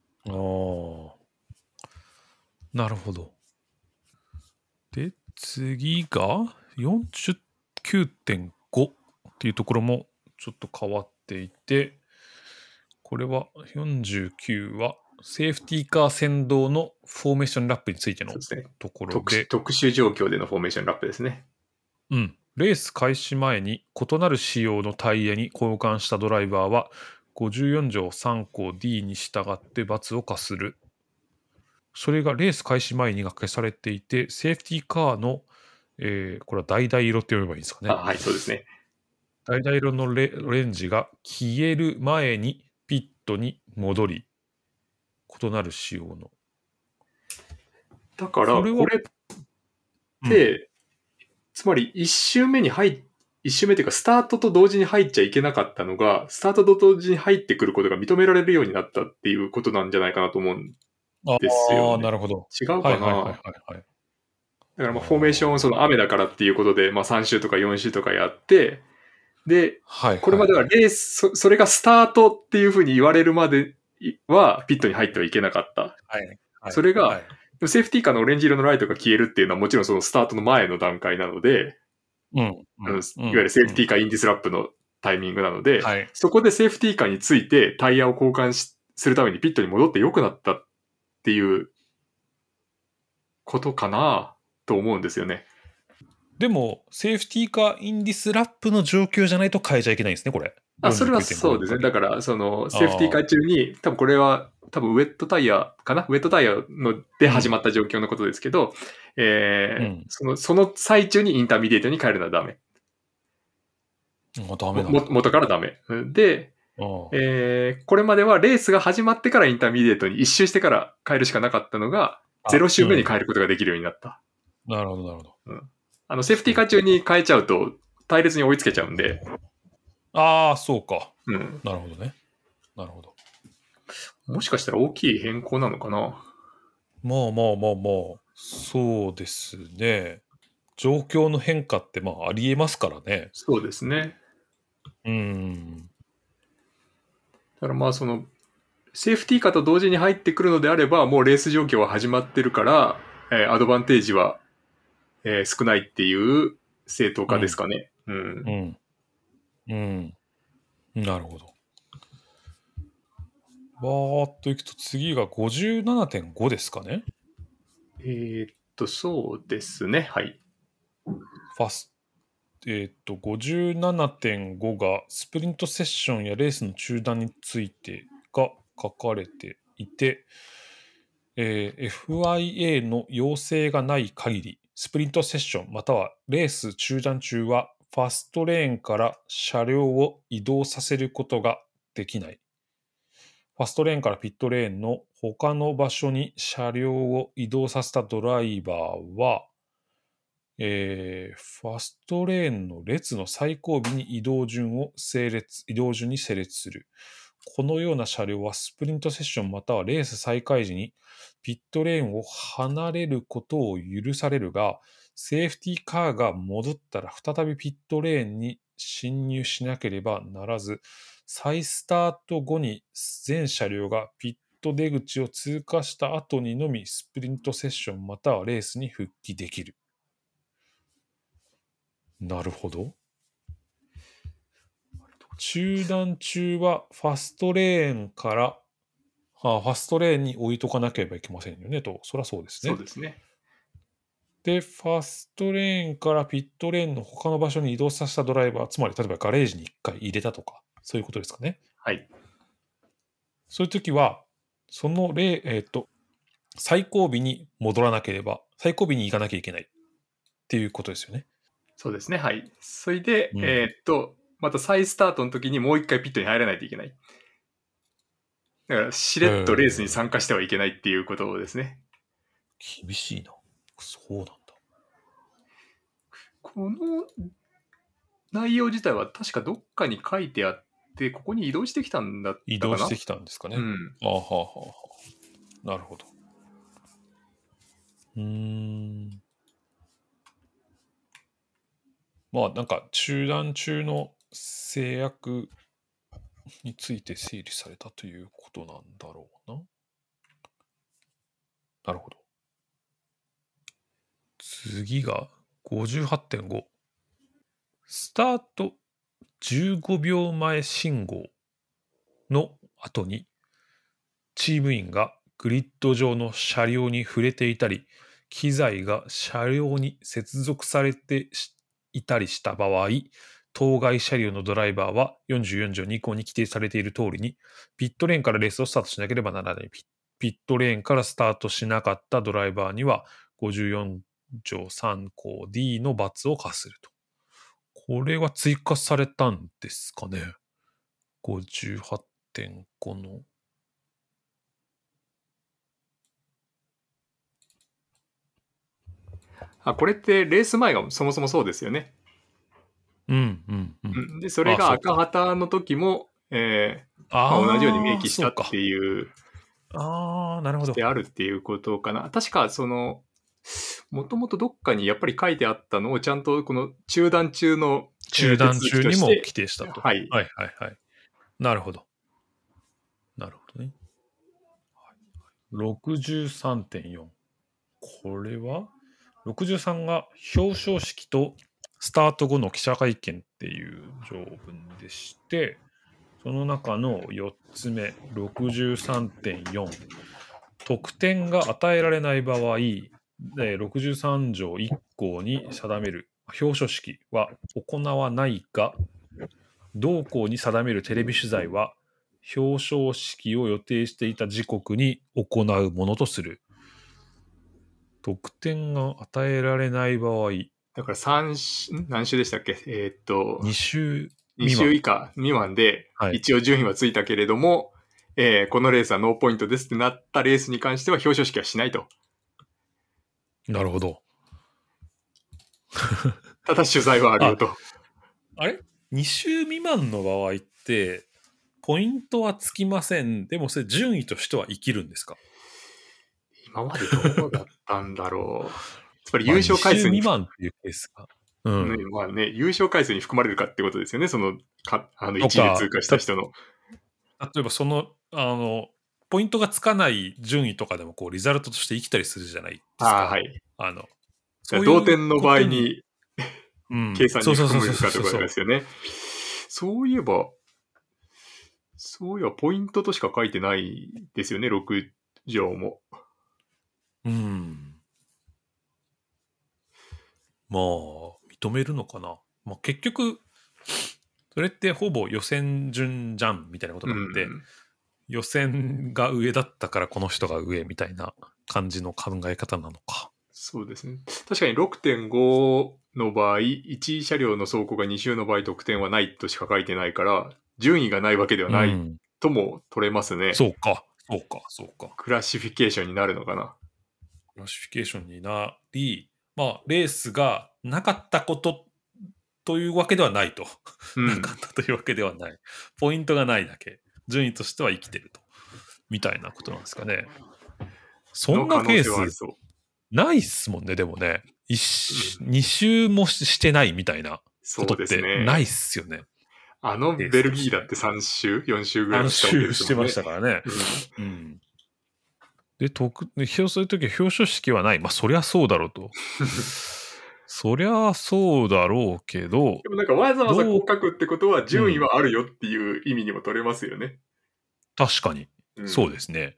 S1: なるほど。で、次が 49.5 っていうところもちょっと変わっていて、これは49はセーフティーカー先導のフォーメーションラップについてのところで、
S2: 特殊状況でのフォーメーションラップですね。
S1: レース開始前に異なる仕様のタイヤに交換したドライバーは54条3項 D に従って罰を課する。それがレース開始前にが消されていて、セーフティーカーの、これは橙色って読めばいいんですかね。
S2: はい、そうですね。
S1: 橙色のレンジが消える前にピットに戻り、異なる仕様の。
S2: だから、これって、つまり1周目というか、スタートと同時に入っちゃいけなかったのが、スタートと同時に入ってくることが認められるようになったっていうことなんじゃないかなと思うんですよね。
S1: なるほど。
S2: 違うかな。だからフォーメーション、その雨だからっていうことで、3周とか4周とかやって、で、これまではレース、それがスタートっていうふうに言われるまでは、ピットに入ってはいけなかった。それが、セーフティーカーのオレンジ色のライトが消えるっていうのはもちろんそのスタートの前の段階なので、いわゆるセーフティーカーインディスラップのタイミングなので、そこでセーフティーカーについてタイヤを交換するためにピットに戻って良くなったっていうことかなと思うんですよね。
S1: でも、セーフティーカーインディスラップの状況じゃないと変えちゃいけないんですね、これ。
S2: それはそうですね。だから、その、セーフティーカー中に、多分これは、ウェットタイヤかなウェットタイヤで始まった状況のことですけど、その最中にインターミディエートに変えるのはダメ。元からダメ。で、これまではレースが始まってからインターミディエートに一周してから変えるしかなかったのが、0周目に変えることができるようになった。
S1: なるほど、なるほ
S2: ど。セーフティーカー中に変えちゃうと、隊列に追いつけちゃうんで。
S1: そうか。なるほどね。なるほど。
S2: もしかしたら大きい変更なのかな。
S1: まあまあまあまあ、そうですね。状況の変化ってまあありえますからね。
S2: そうですね。
S1: うん。
S2: だからまあその、セーフティーカーと同時に入ってくるのであれば、もうレース状況は始まってるから、アドバンテージは、少ないっていう正当化です
S1: うん。
S2: かね。うん。
S1: うん。うん。なるほど。わーっといくと次が57.5ですかね。
S2: そうですね。はい。
S1: ファス57.5がスプリントセッションやレースの中断についてが書かれていて、FIA の要請がない限り、スプリントセッションまたはレース中断中はファストレーンから車両を移動させることができない。ファストレーンからピットレーンの他の場所に車両を移動させたドライバーは、ファストレーンの列の最後尾に移動順に整列する。このような車両はスプリントセッションまたはレース再開時にピットレーンを離れることを許されるが、セーフティーカーが戻ったら再びピットレーンに進入しなければならず、再スタート後に全車両がピット出口を通過した後にのみスプリントセッションまたはレースに復帰できる。なるほど。中断中はファストレーンから、ファストレーンに置いとかなければいけませんよねと。そりゃそうですね。
S2: そうですね。
S1: で、ファストレーンからピットレーンの他の場所に移動させたドライバー、つまり例えばガレージに1回入れたとか、そういうことですかね。
S2: はい。
S1: そういう時は、その最後尾に戻らなければ、最後尾に行かなきゃいけないっていうことですよね。
S2: そうですね。はい。それで、
S1: うん。
S2: また再スタートの時にもう一回ピットに入らないといけない。だから、し
S1: へ
S2: れっとレースに
S1: ー、
S2: 参加してはいけないっていうことですね。
S1: 厳しいな。そうなんだ。
S2: この内容自体は確かどっかに書いてあって、ここに移動してきたんだっ
S1: 移
S2: たかな。
S1: 動してきたんですかね。
S2: うん。
S1: あははは。なるほど。まあなんか中断中の制約について整理されたということなんだろうな。なるほど。次が58.5。スタート15秒前信号の後にチーム員がグリッド上の車両に触れていたり、機材が車両に接続されていたりした場合、当該車両のドライバーは44条2項に規定されている通りに、ピットレーンからレースをスタートしなければならない。ピットレーンからスタートしなかったドライバーには、54条3項 D の罰を課すると。これは追加されたんですかね。58.5の。
S2: これってレース前がそもそもそうですよね。
S1: うんうんうん。
S2: で、それ
S1: あ、
S2: が赤
S1: そうか。
S2: 旗の時も、同じように明
S1: ああ、
S2: 記したって
S1: そうか。
S2: いう、
S1: ああ、なるほど。
S2: してあるっていうことかな。確か、もともとどっかにやっぱり書いてあったのを、ちゃんとこの中断中の、
S1: 中
S2: 手続き
S1: 断中にも
S2: として、
S1: 規定したと。
S2: はい。
S1: はいはいはい。なるほど。なるほどね。63.4。これは ?63 が表彰式とスタート後の記者会見っていう条文でして、その中の4つ目、63.4。得点が与えられない場合、63条1項に定める表彰式は行わないが、同項に定めるテレビ取材は表彰式を予定していた時刻に行うものとする。得点が与えられない場合、
S2: だから3週、何週でしたっけ
S1: 2週
S2: 2
S1: 未満。
S2: 週以下未満で、
S1: はい。
S2: 一応順位はついたけれども、このレースはノーポイントですってなったレースに関しては表彰式はしないと。
S1: なるほど。
S2: ただ取材はあるよ
S1: あ、
S2: と。
S1: あれ ?2 週未満の場合って、 ポイントはつきません。でもそれ順位としては生きるんですか？
S2: 今までどうだったんだろう。つまり
S1: まあ、
S2: 優勝回数
S1: 2
S2: に、
S1: 周未満っていうケースが。う
S2: ね、
S1: ん。
S2: まあね、優勝回数に含まれるかってことですよね。その、1
S1: とか、
S2: 位で通過した人の。
S1: 例えばポイントがつかない順位とかでもこうリザルトとして生きたりするじゃないです
S2: ああ、
S1: か。
S2: はい。
S1: そういう
S2: 同点の
S1: ことに、
S2: 場合に
S1: うん。
S2: 計算に
S1: そうそうそうそう
S2: 含めるかと
S1: そうそう。
S2: かですよね。そういえば、ポイントとしか書いてないですよね、6条も。
S1: うん。まあ、認めるのかな。まあ結局、それってほぼ予選順じゃんみたいなこと
S2: う
S1: があって、
S2: ん。
S1: 予選が上だったからこの人が上みたいな感じの考え方なのか。
S2: そうですね。確かに 6.5 の場合、1位車両の走行が2周の場合得点はないとしか書いてないから、順位がないわけではない
S1: うん。
S2: とも取れますね。
S1: そうか、そうか、そうか。
S2: クラシフィケーションになるのかな。
S1: クラシフィケーションになり、まあ、レースがなかったことというわけではないと。なか
S2: うん。
S1: ったというわけではない。ポイントがないだけ。順位としては生きてると。みたいなことなんですかね。そんな
S2: の可能
S1: ケース
S2: 性はありそ
S1: ないっすもんね、でもね。
S2: う。うん。
S1: 2周もしてないみたいなこ
S2: そうです
S1: とってないっ
S2: ね。
S1: すよね。レー
S2: ベル
S1: スとして。
S2: ギーだって3周、4周ぐらい
S1: 3
S2: はしたわけで
S1: 周してま
S2: すもんね。
S1: したからね。
S2: うん。
S1: うん。で、そういう時は表彰式はない。まあ、そりゃそうだろうと。そりゃそうだろうけど、
S2: でもなんかわざわざ
S1: どう、
S2: こう書くってことは順位
S1: うん、
S2: はあるよっていう意味にも取れますよね。
S1: 確かに。そうで
S2: うん。
S1: すね。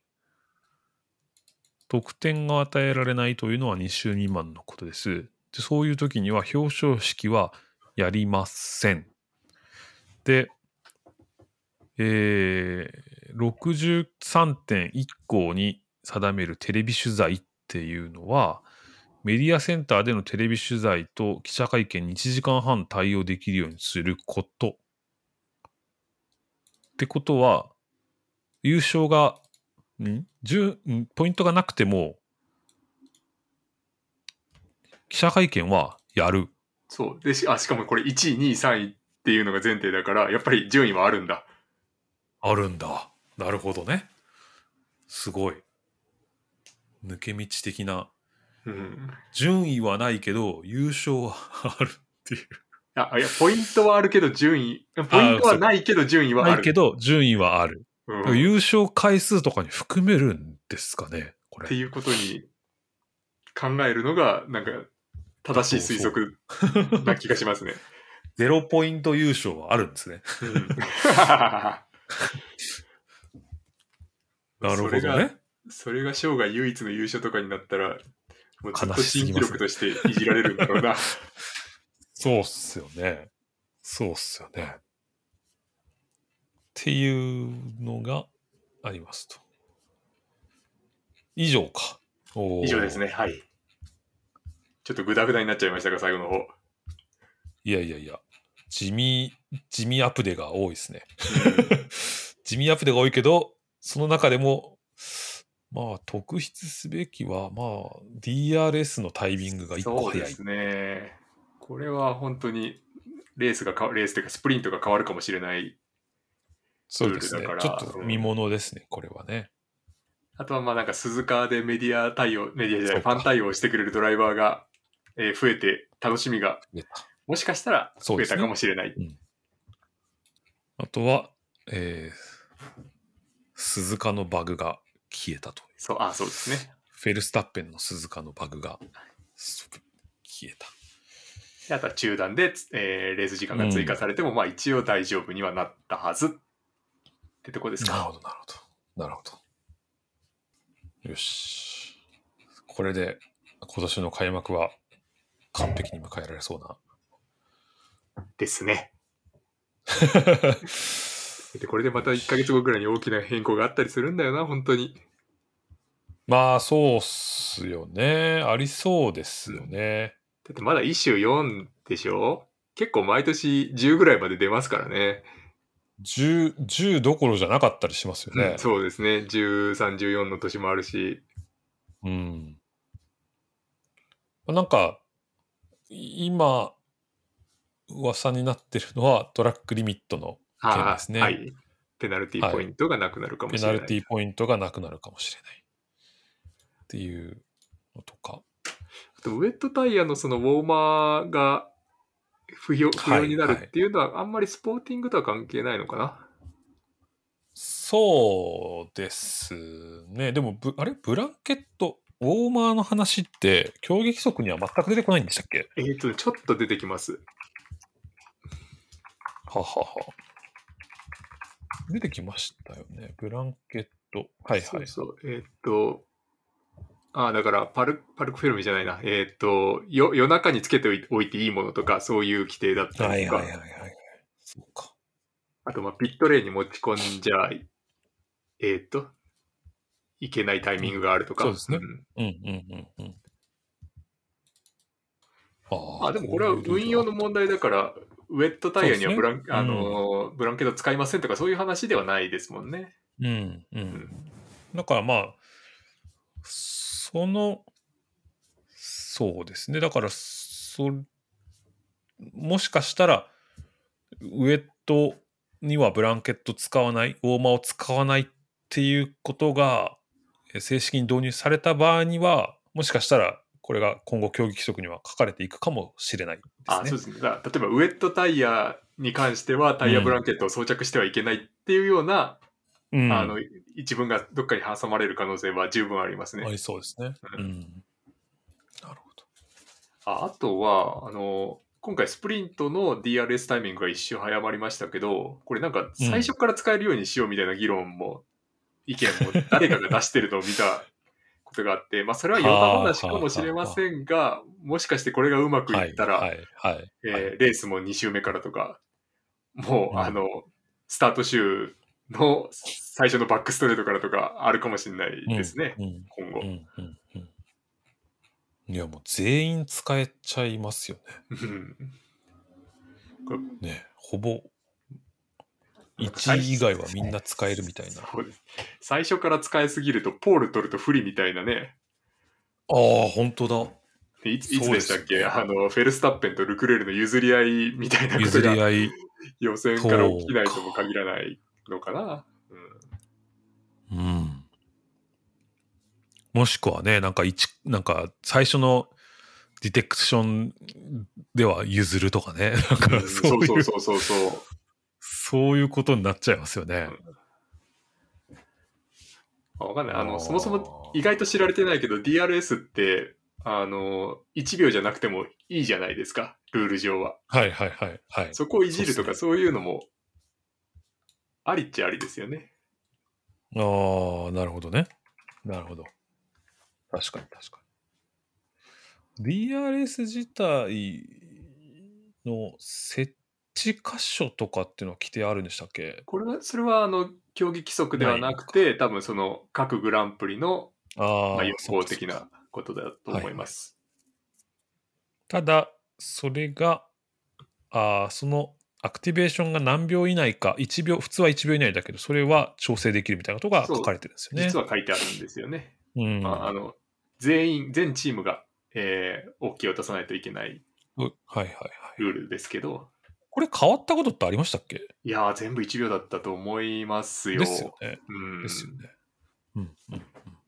S1: 得点が与えられないというのは2週未満のことです。で、そういう時には表彰式はやりません。で、63.1項に定めるテレビ取材っていうのは、メディアセンターでのテレビ取材と記者会見に1時間半対応できるようにすること。ってことは、優勝が、ポイントがなくても、記者会見はやる。
S2: そう。で、しかもこれ1位、2位、3位っていうのが前提だから、やっぱり順位はあるんだ。
S1: あるんだ。なるほどね。すごい。抜け道的な。
S2: うん。
S1: 順位はないけど、優勝はあるっていう。
S2: ポイントはあるけどポイントは
S1: そうか。
S2: ないけど順位は
S1: ないけ
S2: ある。
S1: ど、順位はある。
S2: うん。っ
S1: 優勝回数とかに含めるんですかね、これ。
S2: ていうことに考えるのが、なんか、正しい推
S1: そう。
S2: 測な気がしますね。
S1: ゼロポイント優勝はあるんですね。
S2: うん。
S1: なる
S2: それが、
S1: ほどね。
S2: それが生涯唯一の優勝とかになったら、もうずっ
S1: 悲
S2: と
S1: しすぎますね。
S2: 新記録としていじられるんだろうな。
S1: そうっすよね。そうっすよね。っていうのがありますと。以上か。
S2: 以上ですね。
S1: おー。
S2: はい。ちょっとグダグダになっちゃいましたが、最後の方。
S1: いやいやいや。地味アップデが多いですね。
S2: うん。
S1: 地味アップデが多いけど、その中でも、まあ、特筆すべきは、まあ、DRS のタイミングが一個早い。
S2: そうですね。これは本当にレースというかスプリントが変わるかもしれないルール
S1: そうですね。ちょっ
S2: だから、
S1: と見ものですね、これはね。
S2: あとはまあなんか鈴鹿でメディアじゃない、ファン
S1: そうか。
S2: 対応してくれるドライバーが、増えて楽しみが
S1: 出た。
S2: もしかしたら増えたかも
S1: そうですね。
S2: しれない。
S1: うん。あとは、え鈴鹿のバグが消えたという。
S2: そうですね。
S1: フェルスタッペンの鈴鹿のバグが消えた。
S2: であとは中断で、レース時間が追加されても、まあ一応大丈夫にはなったはずってとこですか。
S1: なるほど、なるほど。なるほど。よし。これで今年の開幕は完璧に迎えられそうな。
S2: ですね。で、これでまた1ヶ月後ぐらいに大きな変更があったりするんだよな、本当に。
S1: まあ、そうっすよね。ありそうですよ
S2: うん。
S1: ね。
S2: だってまだイシュー4でしょ？結構毎年10ぐらいまで出ますからね。
S1: 10どころじゃなかったりしますよ
S2: うん、
S1: ね。
S2: そうですね。13、14の年もあるし。
S1: うん。なんか、今、噂になってるのはトラックリミットの件ですね。
S2: はい。 ペナルティーポイントがなくなるかも
S1: ペ
S2: しれない。
S1: ナルティーポイントがなくなるかもしれないっていうのとか。
S2: あとウェットタイヤのそのウォーマーが不要になるっていうのはあんまりスポーティングとは関係ないのかな。
S1: そうですね。でもあれブランケット、ウォーマーの話って競技規則には全く出てこないんでしたっけ？
S2: ちょっと出てきます。
S1: ははは。出てきましたよね。ブランケット。はいはい。
S2: そう。だからパルクフィルムじゃないな。夜中につけておいていいものとか、そういう規定だったりとか。
S1: そうか。
S2: あと、ピットレーンに持ち込んじゃ、いけないタイミングがあるとか。
S1: そうですね。
S2: でもこれは運用の問題だから、ウェットタイヤにはブランケット使いませんとか、そういう話ではないですもんね。
S1: だからそうですね。だからもしかしたら、ウェットにはブランケット使わない、ウォーマーを使わないっていうことが正式に導入された場合には、もしかしたらこれが今後競技規則には書かれていくかもしれないですね。
S2: そうですね。例えばウェットタイヤに関してはタイヤブランケットを装着してはいけないっていうような、一文がどっかに挟まれる可能性は十分ありますね。
S1: ありそうですね。なるほど。
S2: あとは今回スプリントの DRS タイミングが一瞬早まりましたけど、これなんか最初から使えるようにしようみたいな議論も、意見も誰かが出してるのを見たことがあって、それは余談話かもしれませんが、もしかしてこれがうまくいったら、レースも2周目からとか、もうスタート週の最初のバックストレートからとかあるかもしれないですね、今後。
S1: いやもう全員使えちゃいますよね。ね、ほぼ1以外はみんな使えるみたいな。
S2: そうです。最初から使いすぎるとポール取ると不利みたいなね。
S1: 本当だ。
S2: いつでしたっけ、フェルスタッペンとルクレールの譲り合いみたいなことが予選から起きないとも限らないのかな。
S1: もしくはね、なんか最初のディテクションでは譲るとかね。なんかそういうことになっちゃいますよね。
S2: わかんない。そもそも意外と知られてないけど、DRS って、1秒じゃなくてもいいじゃないですか、ルール上は。そこをいじるとか、そういうのも、ありっちゃありですよね。
S1: なるほどね。なるほど。確かに。DRS 自体の設置箇所とかっていうのは規定あるんでしたっけ？
S2: それは競技規則ではなくて、多分その各グランプリの要項的なことだと思います。
S1: ただ、それが、そのアクティベーションが何秒以内か、1秒、普通は1秒以内だけど、それは調整できるみたいなことが書かれてるんですよね。
S2: 実は書いてあるんですよね。全チームが、OK を出さないといけないルールですけど。
S1: これ変わったことってありましたっけ？
S2: いやー、全部1秒だったと思いますよ。
S1: ですよね。ですよね。なる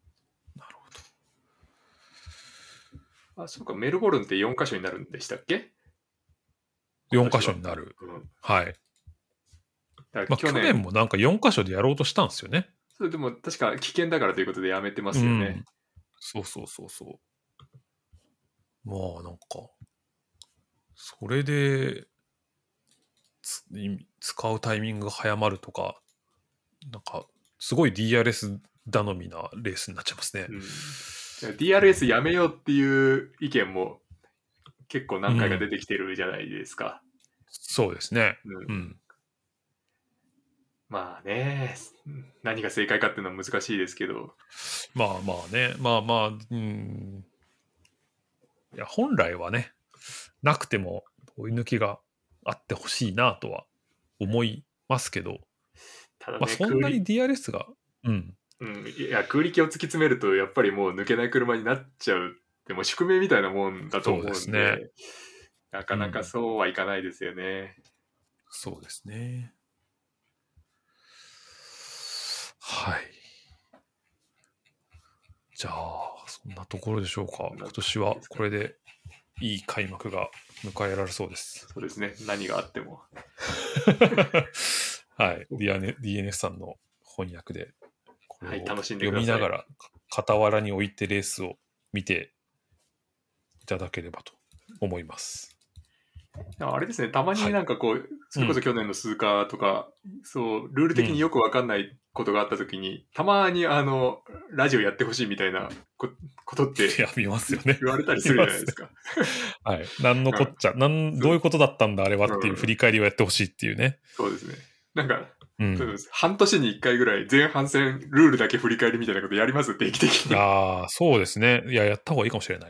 S2: ほど。そうか、メルボルンって4箇所になるんでしたっけ
S1: ？4箇所になる。はい。去年もなんか4箇所でやろうとしたんですよね。
S2: それでも確か危険だからということでやめてますよね。
S1: そう。なんか、それで使うタイミングが早まるとか、なんか、すごい DRS 頼みなレースになっちゃいますね。
S2: DRS やめようっていう意見も結構何回か出てきてるじゃないですか。
S1: そうですね。
S2: まあね、何が正解かっていうのは難しいですけど。
S1: いや、本来はね、なくても追い抜きがあってほしいなとは思いますけど、
S2: ただね、
S1: そんなに DRS が、
S2: いや、空力を突き詰めるとやっぱりもう抜けない車になっちゃう。でも宿命みたいなもんだと思うんで、なかなかそうはいかないですよね。
S1: そうですね。 はい。じゃあ、そんなところでしょうか。今年はこれでいい開幕が迎えられそうです。
S2: そうですね。何があっても。
S1: はい。DNS さんの翻訳で、これを
S2: 楽しんで
S1: 読
S2: ください。
S1: みながら、傍らに置いてレースを見ていただければと思います。
S2: あれですね、たまになんかこう、それこそ去年の鈴鹿とか、そう、ルール的によくわかんないことがあったときに、たまにラジオやってほしいみたいなことって
S1: 見ますよね。
S2: 言われたりするじゃないですか。
S1: はい。何のこっちゃ、どういうことだったんだあれはっていう振り返りをやってほしいっていうね。
S2: そうですね。なんか、半年に1回ぐらい前半戦ルールだけ振り返りみたいなことやります定期的に。
S1: ああ、そうですね。いや、やった方がいいかもしれない。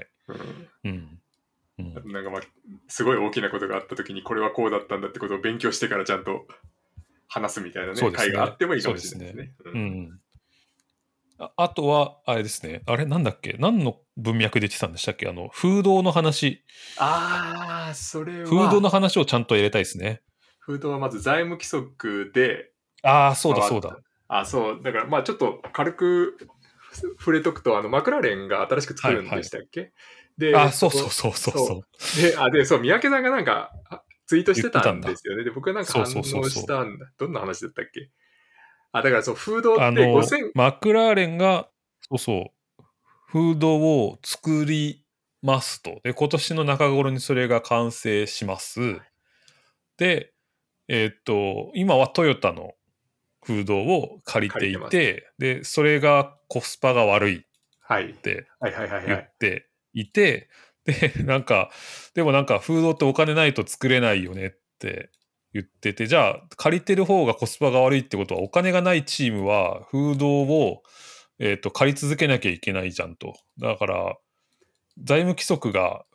S2: なんかすごい大きなことがあった時にこれはこうだったんだってことを勉強してからちゃんと話すみたいなね、会があってもいいかもしれないですね。
S1: あとは、あれですね。あれなんだっけ、何の文脈で言ってたんでしたっけ、風土の話。
S2: それは。
S1: 風土の話をちゃんと入れたいですね。
S2: 風土はまず財務規則で。
S1: そうだそうだ。
S2: そう。だからちょっと軽く触れとくと、マクラーレンが新しく作るんでしたっけ、で、
S1: そう。
S2: で、そう、三宅さんがなんかツイートしてたんですよね。で、僕はなんか反応したんだ。どんな話だったっけ。だからそう、風土って
S1: マクラーレンが、風土を作りますと。で、今年の中頃にそれが完成します。で、今はトヨタの風土を借りていて、で、それがコスパが悪いって言っていて、で、でも風土ってお金ないと作れないよねって言ってて、じゃあ借りてる方がコスパが悪いってことは、お金がないチームは風土を、借り続けなきゃいけないじゃんと。だから、財務規則が、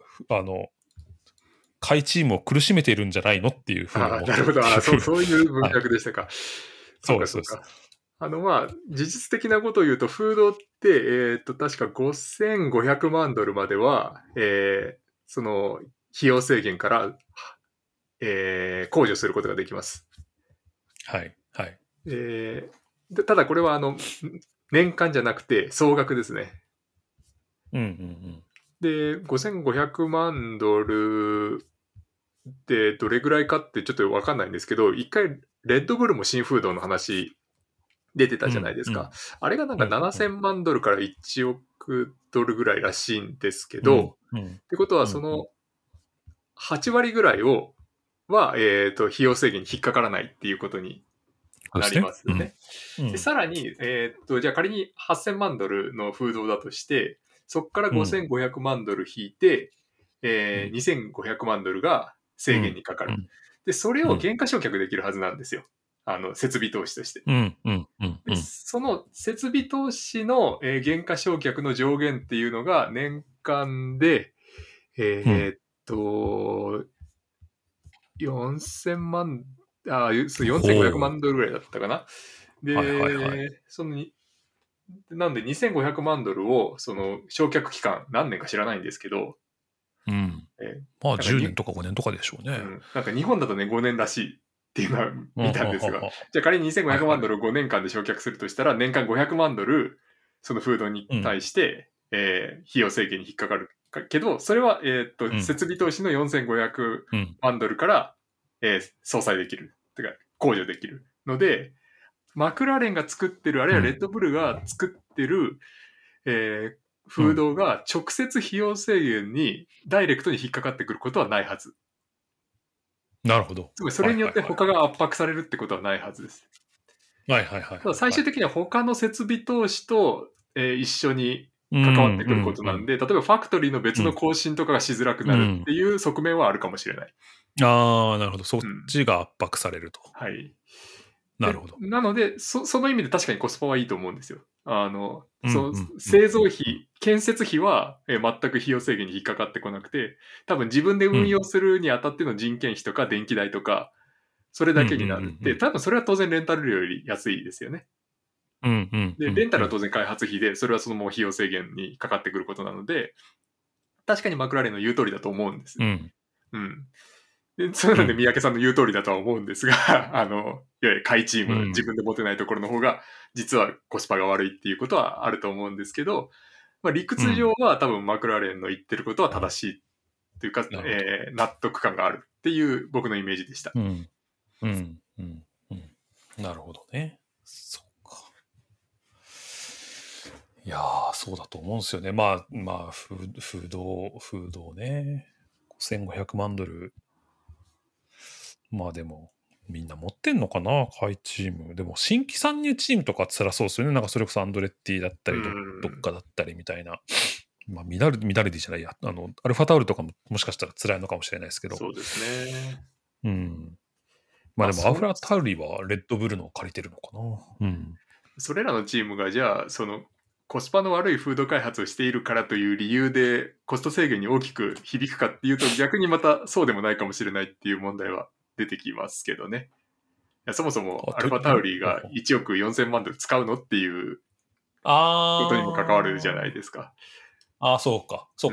S1: 買いチームを苦しめているんじゃないのっていうふうに思ってる。
S2: なるほど。そういう文脈でしたか。
S1: そうか。
S2: 事実的なことを言うと、フードって、確か5500万ドルまでは、その、費用制限から、控除することができます。
S1: はい。
S2: ただこれは、年間じゃなくて、総額ですね。で、5500万ドルでどれぐらいかってちょっとわかんないんですけど、一回、レッドブルも新風土の話出てたじゃないですか。あれがなんか7000万ドルから1億ドルぐらいらしいんですけど、ってことはその8割ぐらいは、費用制限に引っかからないっていうことになりますよね。でさらに、じゃあ仮に8000万ドルの風土だとして、そこから5500万ドル引いて、2500万ドルが制限にかかる。で、それを減価償却できるはずなんですよ。設備投資として。その設備投資の、減価償却の上限っていうのが年間で、4000万、4500万ドルぐらいだったかな。で、なんで2500万ドルを、その、償却期間何年か知らないんですけど、
S1: 10年とか5年とかでしょうね。
S2: なんか日本だとね、5年らしいっていうのは見たんですが、じゃあ仮に2500万ドルを5年間で償却するとしたら、年間500万ドル、そのフードに対して、費用制限に引っかかるけど、それは、設備投資の4500万ドルから、相殺できる。てか、控除できるので、マクラーレンが作ってる、あるいはレッドブルが作ってる、フードが直接費用制限にダイレクトに引っかかってくることはないはず。
S1: なるほど。
S2: つまりそれによって他が圧迫されるってことはないはずです。ただ最終的には他の設備投資と、一緒に関わってくることなんで、例えばファクトリーの別の更新とかがしづらくなるっていう側面はあるかもしれない。
S1: なるほど。そっちが圧迫されると。
S2: はい。
S1: なるほど。
S2: なのでその意味で確かにコスパはいいと思うんですよ。製造費、建設費は、全く費用制限に引っかかってこなくて、多分自分で運用するにあたっての人件費とか電気代とか、それだけになるって、多分それは当然レンタル料より安いですよね。で、レンタルは当然開発費で、それはそのもう費用制限にかかってくることなので、確かにマクラーレンの言う通りだと思うんです。 でそういうので三宅さんの言う通りだとは思うんですが、いわゆる下位チーム、自分で持てないところの方が、実はコスパが悪いっていうことはあると思うんですけど、まあ、理屈上は多分マクラーレンの言ってることは正しいというか、納得感があるっていう僕のイメージでした。
S1: なるほどね。そうか。いやー、そうだと思うんですよね。まあ、風土ね。$5,500 万。まあでも、みんな持ってんのかな、下位チーム。でも、新規参入チームとか辛そうですよね。なんかそれこそアンドレッティだったり、どっかだったりみたいな。まあ、ミナルディじゃないや。アルファタオルとかももしかしたら辛いのかもしれないですけど。
S2: そうですね。
S1: まあでも、アルファタオルはレッドブルのを借りてるのかな。
S2: それらのチームが、じゃあ、コスパの悪いフード開発をしているからという理由でコスト制限に大きく響くかっていうと、逆にまたそうでもないかもしれないっていう問題は出てきますけどね。そもそもアルファタウリーが1億4000万ドル使うのっていうことにも関わるじゃないですか。
S1: そうか。そ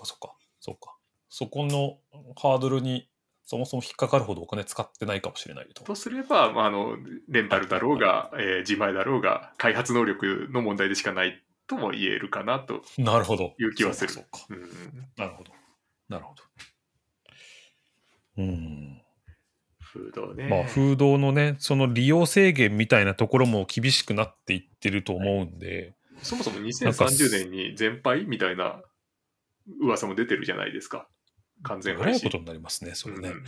S1: このハードルにそもそも引っかかるほどお金使ってないかもしれないと。
S2: とすれば、レンタルだろうが、自前だろうが、開発能力の問題でしかないとも言えるかなという気はする。
S1: なるほど。
S2: フードね。
S1: まあ、フードのね、その利用制限みたいなところも厳しくなっていってると思うんで。
S2: そもそも2030年に全廃みたいな噂も出てるじゃないですか。完全廃止。
S1: えらいことになりますね、それね。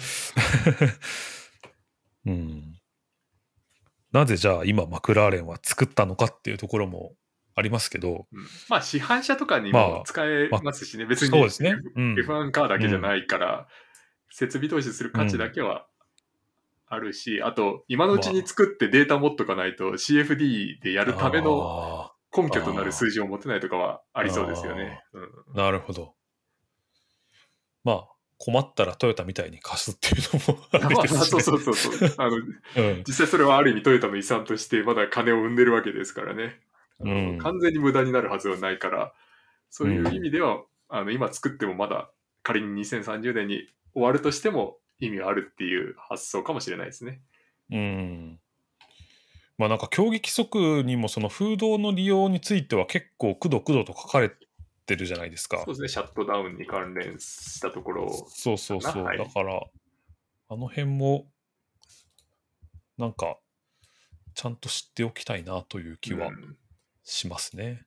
S1: なぜじゃあ今マクラーレンは作ったのかっていうところもありますけど。
S2: まあ市販車とかにも使えますしね、別に F1 カーだけじゃないから、設備投資する価値だけはあるし、あと今のうちに作ってデータ持っとかないと CFD でやるための根拠となる数字を持てないとかはありそうですよね。
S1: なるほど。まあ困ったらトヨタみたいに貸すっていうのもありですしね。
S2: そう。実際それはある意味トヨタの遺産としてまだ金を生んでるわけですからね。完全に無駄になるはずはないから、そういう意味では、今作ってもまだ仮に2030年に終わるとしても意味はあるっていう発想かもしれないですね。
S1: まあなんか競技規則にもその風洞の利用については結構くどと書かれてるじゃないですか。
S2: そうですね、シャットダウンに関連したところ。
S1: そう。はい、だから、あの辺も、なんか、ちゃんと知っておきたいなという気はしますね。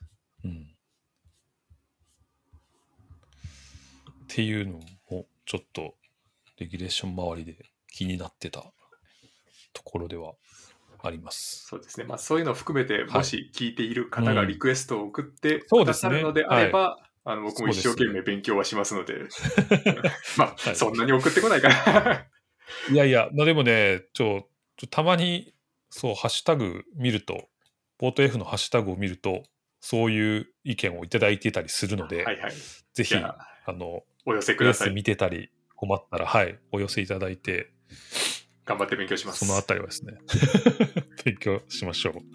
S1: っていうのも、ちょっと、レギュレーション周りで気になってたところではあります。
S2: そうですね。まあそういうのを含めて、もし聞いている方がリクエストを送ってくださるのであれば、僕も一生懸命勉強はしますので、まあ、そんなに送ってこないかな。
S1: いや、でもね、たまに、そう、ハッシュタグ見ると、ポート F のハッシュタグを見ると、そういう意見をいただいてたりするので、ぜひ、
S2: お寄せください。
S1: 見てたり、困ったら、お寄せいただいて、
S2: 頑張って勉強します。
S1: そのあたりはですね、勉強しましょう。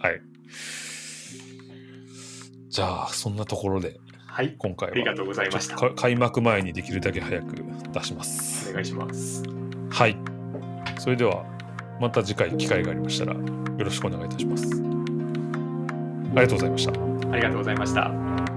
S1: じゃあ、そんなところで、今回は、
S2: ありがとうございました。
S1: 開幕前にできるだけ早く出します。
S2: お願いします。
S1: それでは、また次回機会がありましたら、よろしくお願いいたします。ありがとうございました。
S2: ありがとうございました。